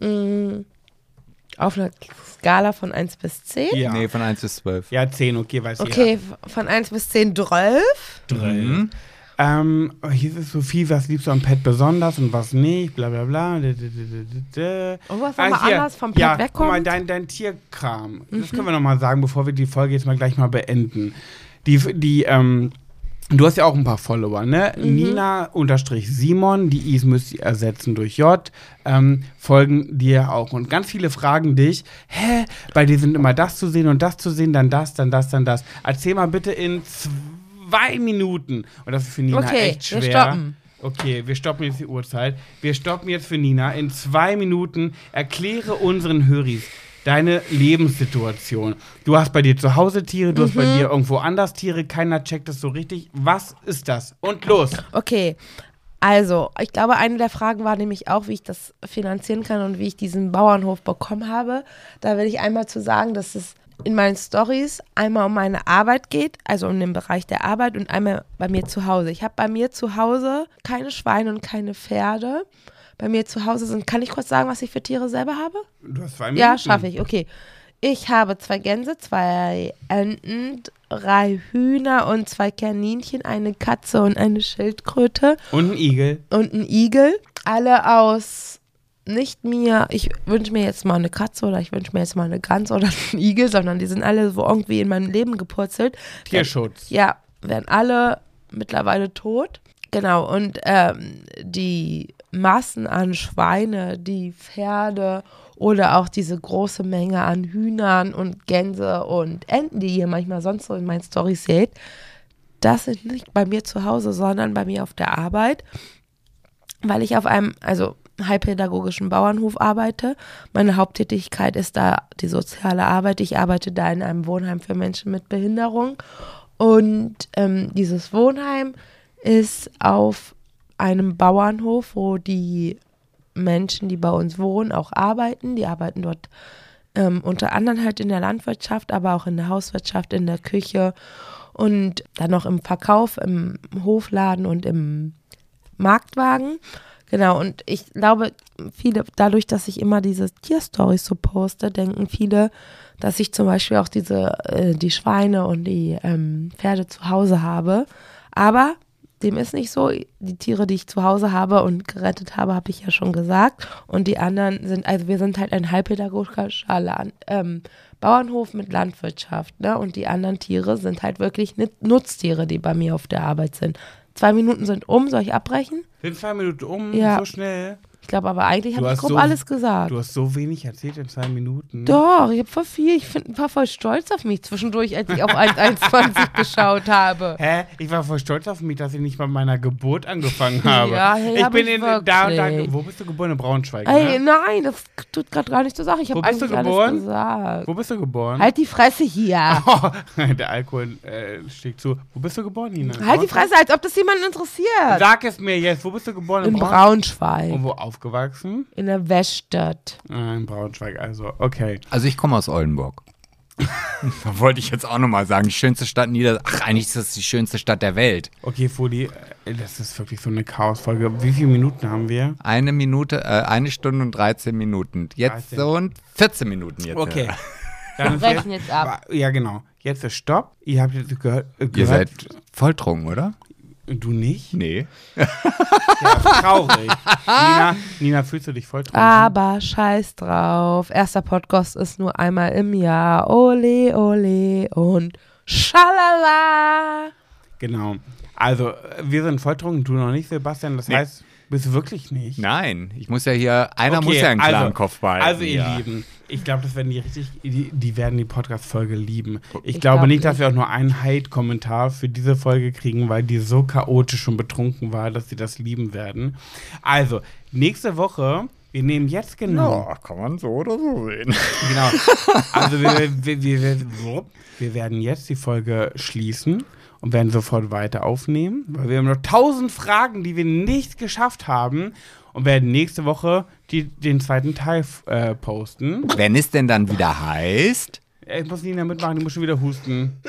Mm, auf einer Skala von eins bis zehn? Ja. Nee, von eins bis zwölf. Ja, zehn, okay, weiß Okay, f- von eins bis zehn, zwölf. jeder. Mhm. Ähm, hier ist so viel, was liebst du an Pat besonders und was nicht, bla bla bla. D- d- d- d- d- d- Und was Ah, nochmal hier. anders vom Pet ja, guck mal, wegkommt? dein, dein Tierkram. Mhm. Das können wir nochmal sagen, bevor wir die Folge jetzt mal gleich mal beenden. Die, die, ähm, du hast ja auch ein paar Follower, ne? Mhm. Nina unterstrich Simon, die I's müsst ihr ersetzen durch J, ähm, folgen dir auch. Und ganz viele fragen dich, hä, bei dir sind immer das zu sehen und das zu sehen, dann das, dann das, dann das. Erzähl mal bitte in zwei Minuten. Und das ist für Nina Okay, echt schwer. wir stoppen. Okay, wir stoppen jetzt die Uhrzeit. Wir stoppen jetzt für Nina. In zwei Minuten erkläre unseren Höris deine Lebenssituation. Du hast bei dir zu Hause Tiere, du hast bei dir irgendwo anders Tiere, keiner checkt das so richtig. Was ist das? Und los! Okay, also, ich glaube, eine der Fragen war nämlich auch, wie ich das finanzieren kann und wie ich diesen Bauernhof bekommen habe. Da will ich einmal zu sagen, dass es in meinen Stories einmal um meine Arbeit geht, also um den Bereich der Arbeit und einmal bei mir zu Hause. Ich habe bei mir zu Hause keine Schweine und keine Pferde. Bei mir zu Hause sind, kann ich kurz sagen, was ich für Tiere selber habe? Du hast zwei Minuten. Ja, schaffe ich, okay. Ich habe zwei Gänse, zwei Enten, drei Hühner und zwei Kaninchen, eine Katze und eine Schildkröte Und ein Igel. und ein Igel. Alle aus nicht mir, ich wünsche mir jetzt mal eine Katze oder ich wünsche mir jetzt mal eine Gans oder einen Igel, sondern die sind alle so irgendwie in mein Leben gepurzelt. Tierschutz. Ja, werden alle mittlerweile tot. Genau, und ähm, die Massen an Schweine, die Pferde oder auch diese große Menge an Hühnern und Gänse und Enten, die ihr manchmal sonst so in meinen Storys seht, das sind nicht bei mir zu Hause, sondern bei mir auf der Arbeit, weil ich auf einem, also heilpädagogischen Bauernhof arbeite. Meine Haupttätigkeit ist da die soziale Arbeit. Ich arbeite da in einem Wohnheim für Menschen mit Behinderung und ähm, dieses Wohnheim ist auf einem Bauernhof, wo die Menschen, die bei uns wohnen, auch arbeiten. Die arbeiten dort ähm, unter anderem halt in der Landwirtschaft, aber auch in der Hauswirtschaft, in der Küche und dann noch im Verkauf, im Hofladen und im Marktwagen. Genau, und ich glaube, viele, dadurch, dass ich immer diese Tierstories so poste, denken viele, dass ich zum Beispiel auch diese, äh, die Schweine und die ähm, Pferde zu Hause habe. Aber dem ist nicht so. Die Tiere, die ich zu Hause habe und gerettet habe, habe ich ja schon gesagt. Und die anderen sind, also wir sind halt ein halbpädagogischer Land, ähm, Bauernhof mit Landwirtschaft, ne? Und die anderen Tiere sind halt wirklich Nutztiere, die bei mir auf der Arbeit sind. Zwei Minuten sind um, soll ich abbrechen? Sind zwei Minuten um, Ja. so schnell. Ich glaube aber eigentlich Du habe ich hast grob so- alles gesagt. Du hast so wenig erzählt in zwei Minuten. Doch, ich habe voll viel. Ich find, war voll stolz auf mich zwischendurch, als ich auf eins einundzwanzig geschaut habe. Hä? Ich war voll stolz auf mich, dass ich nicht bei meiner Geburt angefangen habe. Ja, hey, ich hab bin ich in da und da. wirklich. Wo bist du geboren? In Braunschweig, Ey, ne? nein, das tut gerade gar nicht zur Sache. Ich Wo habe bist du eigentlich geboren? alles gesagt. Wo bist du geboren? Halt die Fresse hier. Oh, der Alkohol äh, stieg zu. Wo bist du geboren, Nina? Halt die Fresse, als ob das jemanden interessiert. Sag es mir jetzt. Wo bist du geboren? In Braun- Braunschweig. Und wo aufgewachsen? In der Weststadt. Ah, in Braunschweig, also. Okay. Also ich komme aus Oldenburg. Da wollte ich jetzt auch nochmal sagen, die schönste Stadt Nieder... Ach, eigentlich ist das die schönste Stadt der Welt. Okay, Fuli, äh, das ist wirklich so eine Chaosfolge. Wie viele Minuten haben wir? Eine Minute, äh, eine Stunde und dreizehn Minuten. Jetzt dreizehn. so und vierzehn Minuten jetzt. Okay. Dann ist Rechnen jetzt ab. Ja, genau. Jetzt ist Stopp. Ihr habt jetzt gehört. Äh, Ihr gehört seid volltrunken, oder? Du nicht? Nee. Ja, ist traurig. Nina, Nina, fühlst du dich voll traurig? Aber scheiß drauf. Erster Podcast ist nur einmal im Jahr. Ole, ole und schalala. Genau. Also, wir sind volltrunken, du noch nicht, Sebastian. Das Nee. heißt, bist du wirklich nicht? Nein, ich muss ja hier, einer Okay, muss ja einen klaren also, Kopf behalten. Also, ihr ja. Lieben, ich glaube, das werden die richtig, die, die werden die Podcast-Folge lieben. Ich, Ich glaube glaub nicht, dass nicht. wir auch nur einen Hate-Kommentar für diese Folge kriegen, weil die so chaotisch und betrunken war, dass sie das lieben werden. Also, nächste Woche, wir nehmen jetzt genau. Ja, kann man so oder so sehen. Genau. Also, wir, wir, wir, wir, wir werden jetzt die Folge schließen und werden sofort weiter aufnehmen, weil wir haben noch tausend Fragen, die wir nicht geschafft haben, und werden nächste Woche die, den zweiten Teil äh, posten. Wenn es denn dann wieder heißt, Ich muss Nina mitmachen, die muss schon wieder husten.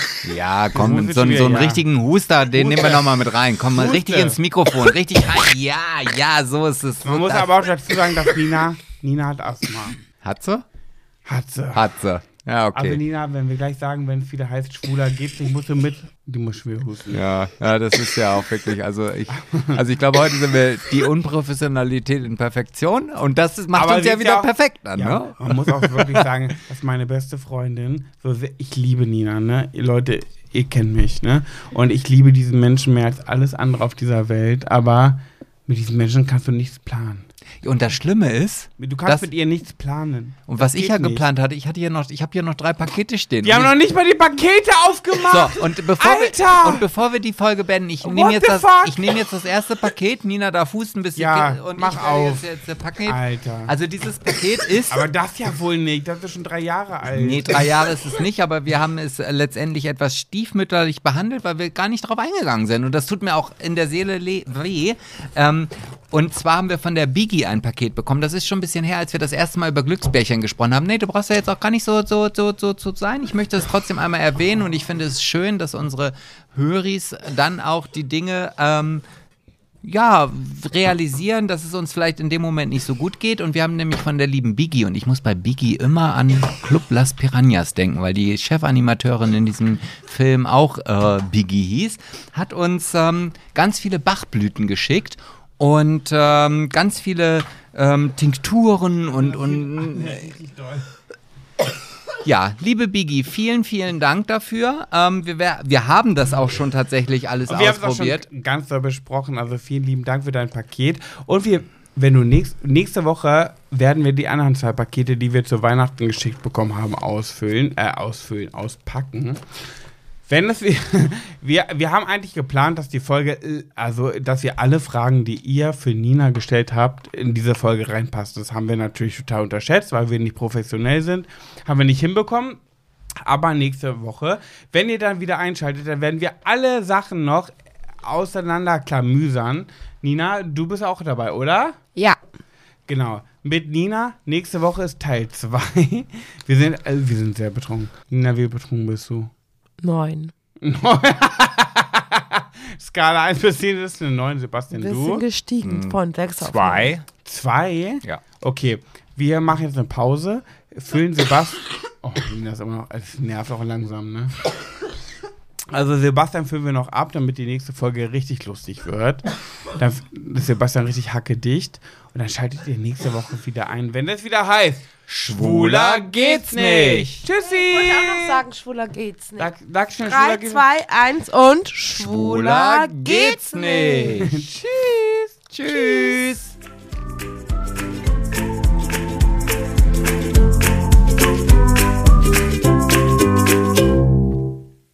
ja, komm, Husten so, einen- schon so einen wieder, ja. richtigen Huster, den nehmen wir nochmal mit rein. Komm mal Huste. richtig ins Mikrofon, richtig rein. Ja, ja, so ist es. Man muss das, aber auch dazu sagen, dass Nina, Nina hat Asthma. Hat sie? Hat sie. Hat sie. Ja, Also okay. Nina, wenn wir gleich sagen, wenn es wieder heißt, schwuler geht's nicht, musst du mit, du musst schwer husten. Ja, ja, das ist ja auch wirklich, also ich, also ich glaube, heute sind wir die Unprofessionalität in Perfektion und das ist, macht Aber uns sie ja ist wieder ja auch- perfekt an, Ja, ne? man muss auch wirklich sagen, dass meine beste Freundin, so sehr, ich liebe Nina, ne? Ihr Leute, ihr kennt mich, ne? Und ich liebe diesen Menschen mehr als alles andere auf dieser Welt, aber mit diesen Menschen kannst du nichts planen. Und das Schlimme ist, Du kannst Das- mit ihr nichts planen. und was Das ich ja geht nicht. geplant hatte, ich hatte hier noch, ich habe hier noch drei Pakete stehen. Die haben Und noch nicht mal die Pakete aufgemacht! So, und bevor, Alter! wir, und bevor wir die Folge beenden, ich nehme What jetzt, the das, fuck? ich nehm jetzt das erste Paket, Nina darf husten, bis Ja, sie und mach ich werde auf. Jetzt, jetzt das Paket. Alter. Also dieses Paket ist, Aber das ja wohl nicht, das ist schon drei Jahre alt. nee, drei Jahre ist es nicht, aber wir haben es äh, letztendlich etwas stiefmütterlich behandelt, weil wir gar nicht drauf eingegangen sind und das tut mir auch in der Seele le- weh. Ähm, und zwar haben wir von der Biggie ein Paket bekommen, das ist schon ein bisschen her, als wir das erste Mal über Glücksbärchen gesprochen haben. Nee, du brauchst ja jetzt auch gar nicht so, so, so, so, so sein. Ich möchte es trotzdem einmal erwähnen und ich finde es schön, dass unsere Höris dann auch die Dinge ähm, ja, realisieren, dass es uns vielleicht in dem Moment nicht so gut geht. Und wir haben nämlich von der lieben Biggie, und ich muss bei Biggie immer an Club Las Piranhas denken, weil die Chefanimateurin in diesem Film auch äh, Biggie hieß, hat uns ähm, ganz viele Bachblüten geschickt und ähm, ganz viele ähm, Tinkturen und, und ja, liebe Biggie, vielen, vielen Dank dafür. Ähm, wir, wer- wir haben das auch schon tatsächlich alles Und wir haben es auch ausprobiert. schon ganz doll besprochen, also vielen lieben Dank für dein Paket. Und wir, wenn du nächst, nächste Woche werden wir die anderen zwei Pakete, die wir zu Weihnachten geschickt bekommen haben, ausfüllen, äh, ausfüllen, auspacken. Wenn es, wir, wir haben eigentlich geplant, dass die Folge, äh, also, dass wir alle Fragen, die ihr für Nina gestellt habt, in diese Folge reinpasst. Das haben wir natürlich total unterschätzt, weil wir nicht professionell sind. Haben wir nicht hinbekommen. Aber nächste Woche, wenn ihr dann wieder einschaltet, dann werden wir alle Sachen noch auseinanderklamüsern. Nina, du bist auch dabei, oder? Ja. Genau. Mit Nina, nächste Woche ist Teil zwei. Wir sind, äh, wir sind sehr betrunken. Nina, wie betrunken bist du? Neun. Skala eins bis zehn ist eine neun, Sebastian, Ein du? bisschen gestiegen von sechs auf Zwei. Zwei? Ja. Okay, wir machen jetzt eine Pause, füllen Sebastian... Oh, Nina ist immer noch... Es nervt auch langsam, ne? Also Sebastian füllen wir noch ab, damit die nächste Folge richtig lustig wird. Dann ist Sebastian richtig hackedicht. Und dann schaltet ihr nächste Woche wieder ein, wenn es wieder heißt... Schwuler geht's nicht. Tschüssi! Ich wollte auch noch sagen, schwuler geht's nicht. Sag, sag schnell, schwuler drei, geht's zwei, eins und Schwuler geht's nicht. Tschüss! Tschüss.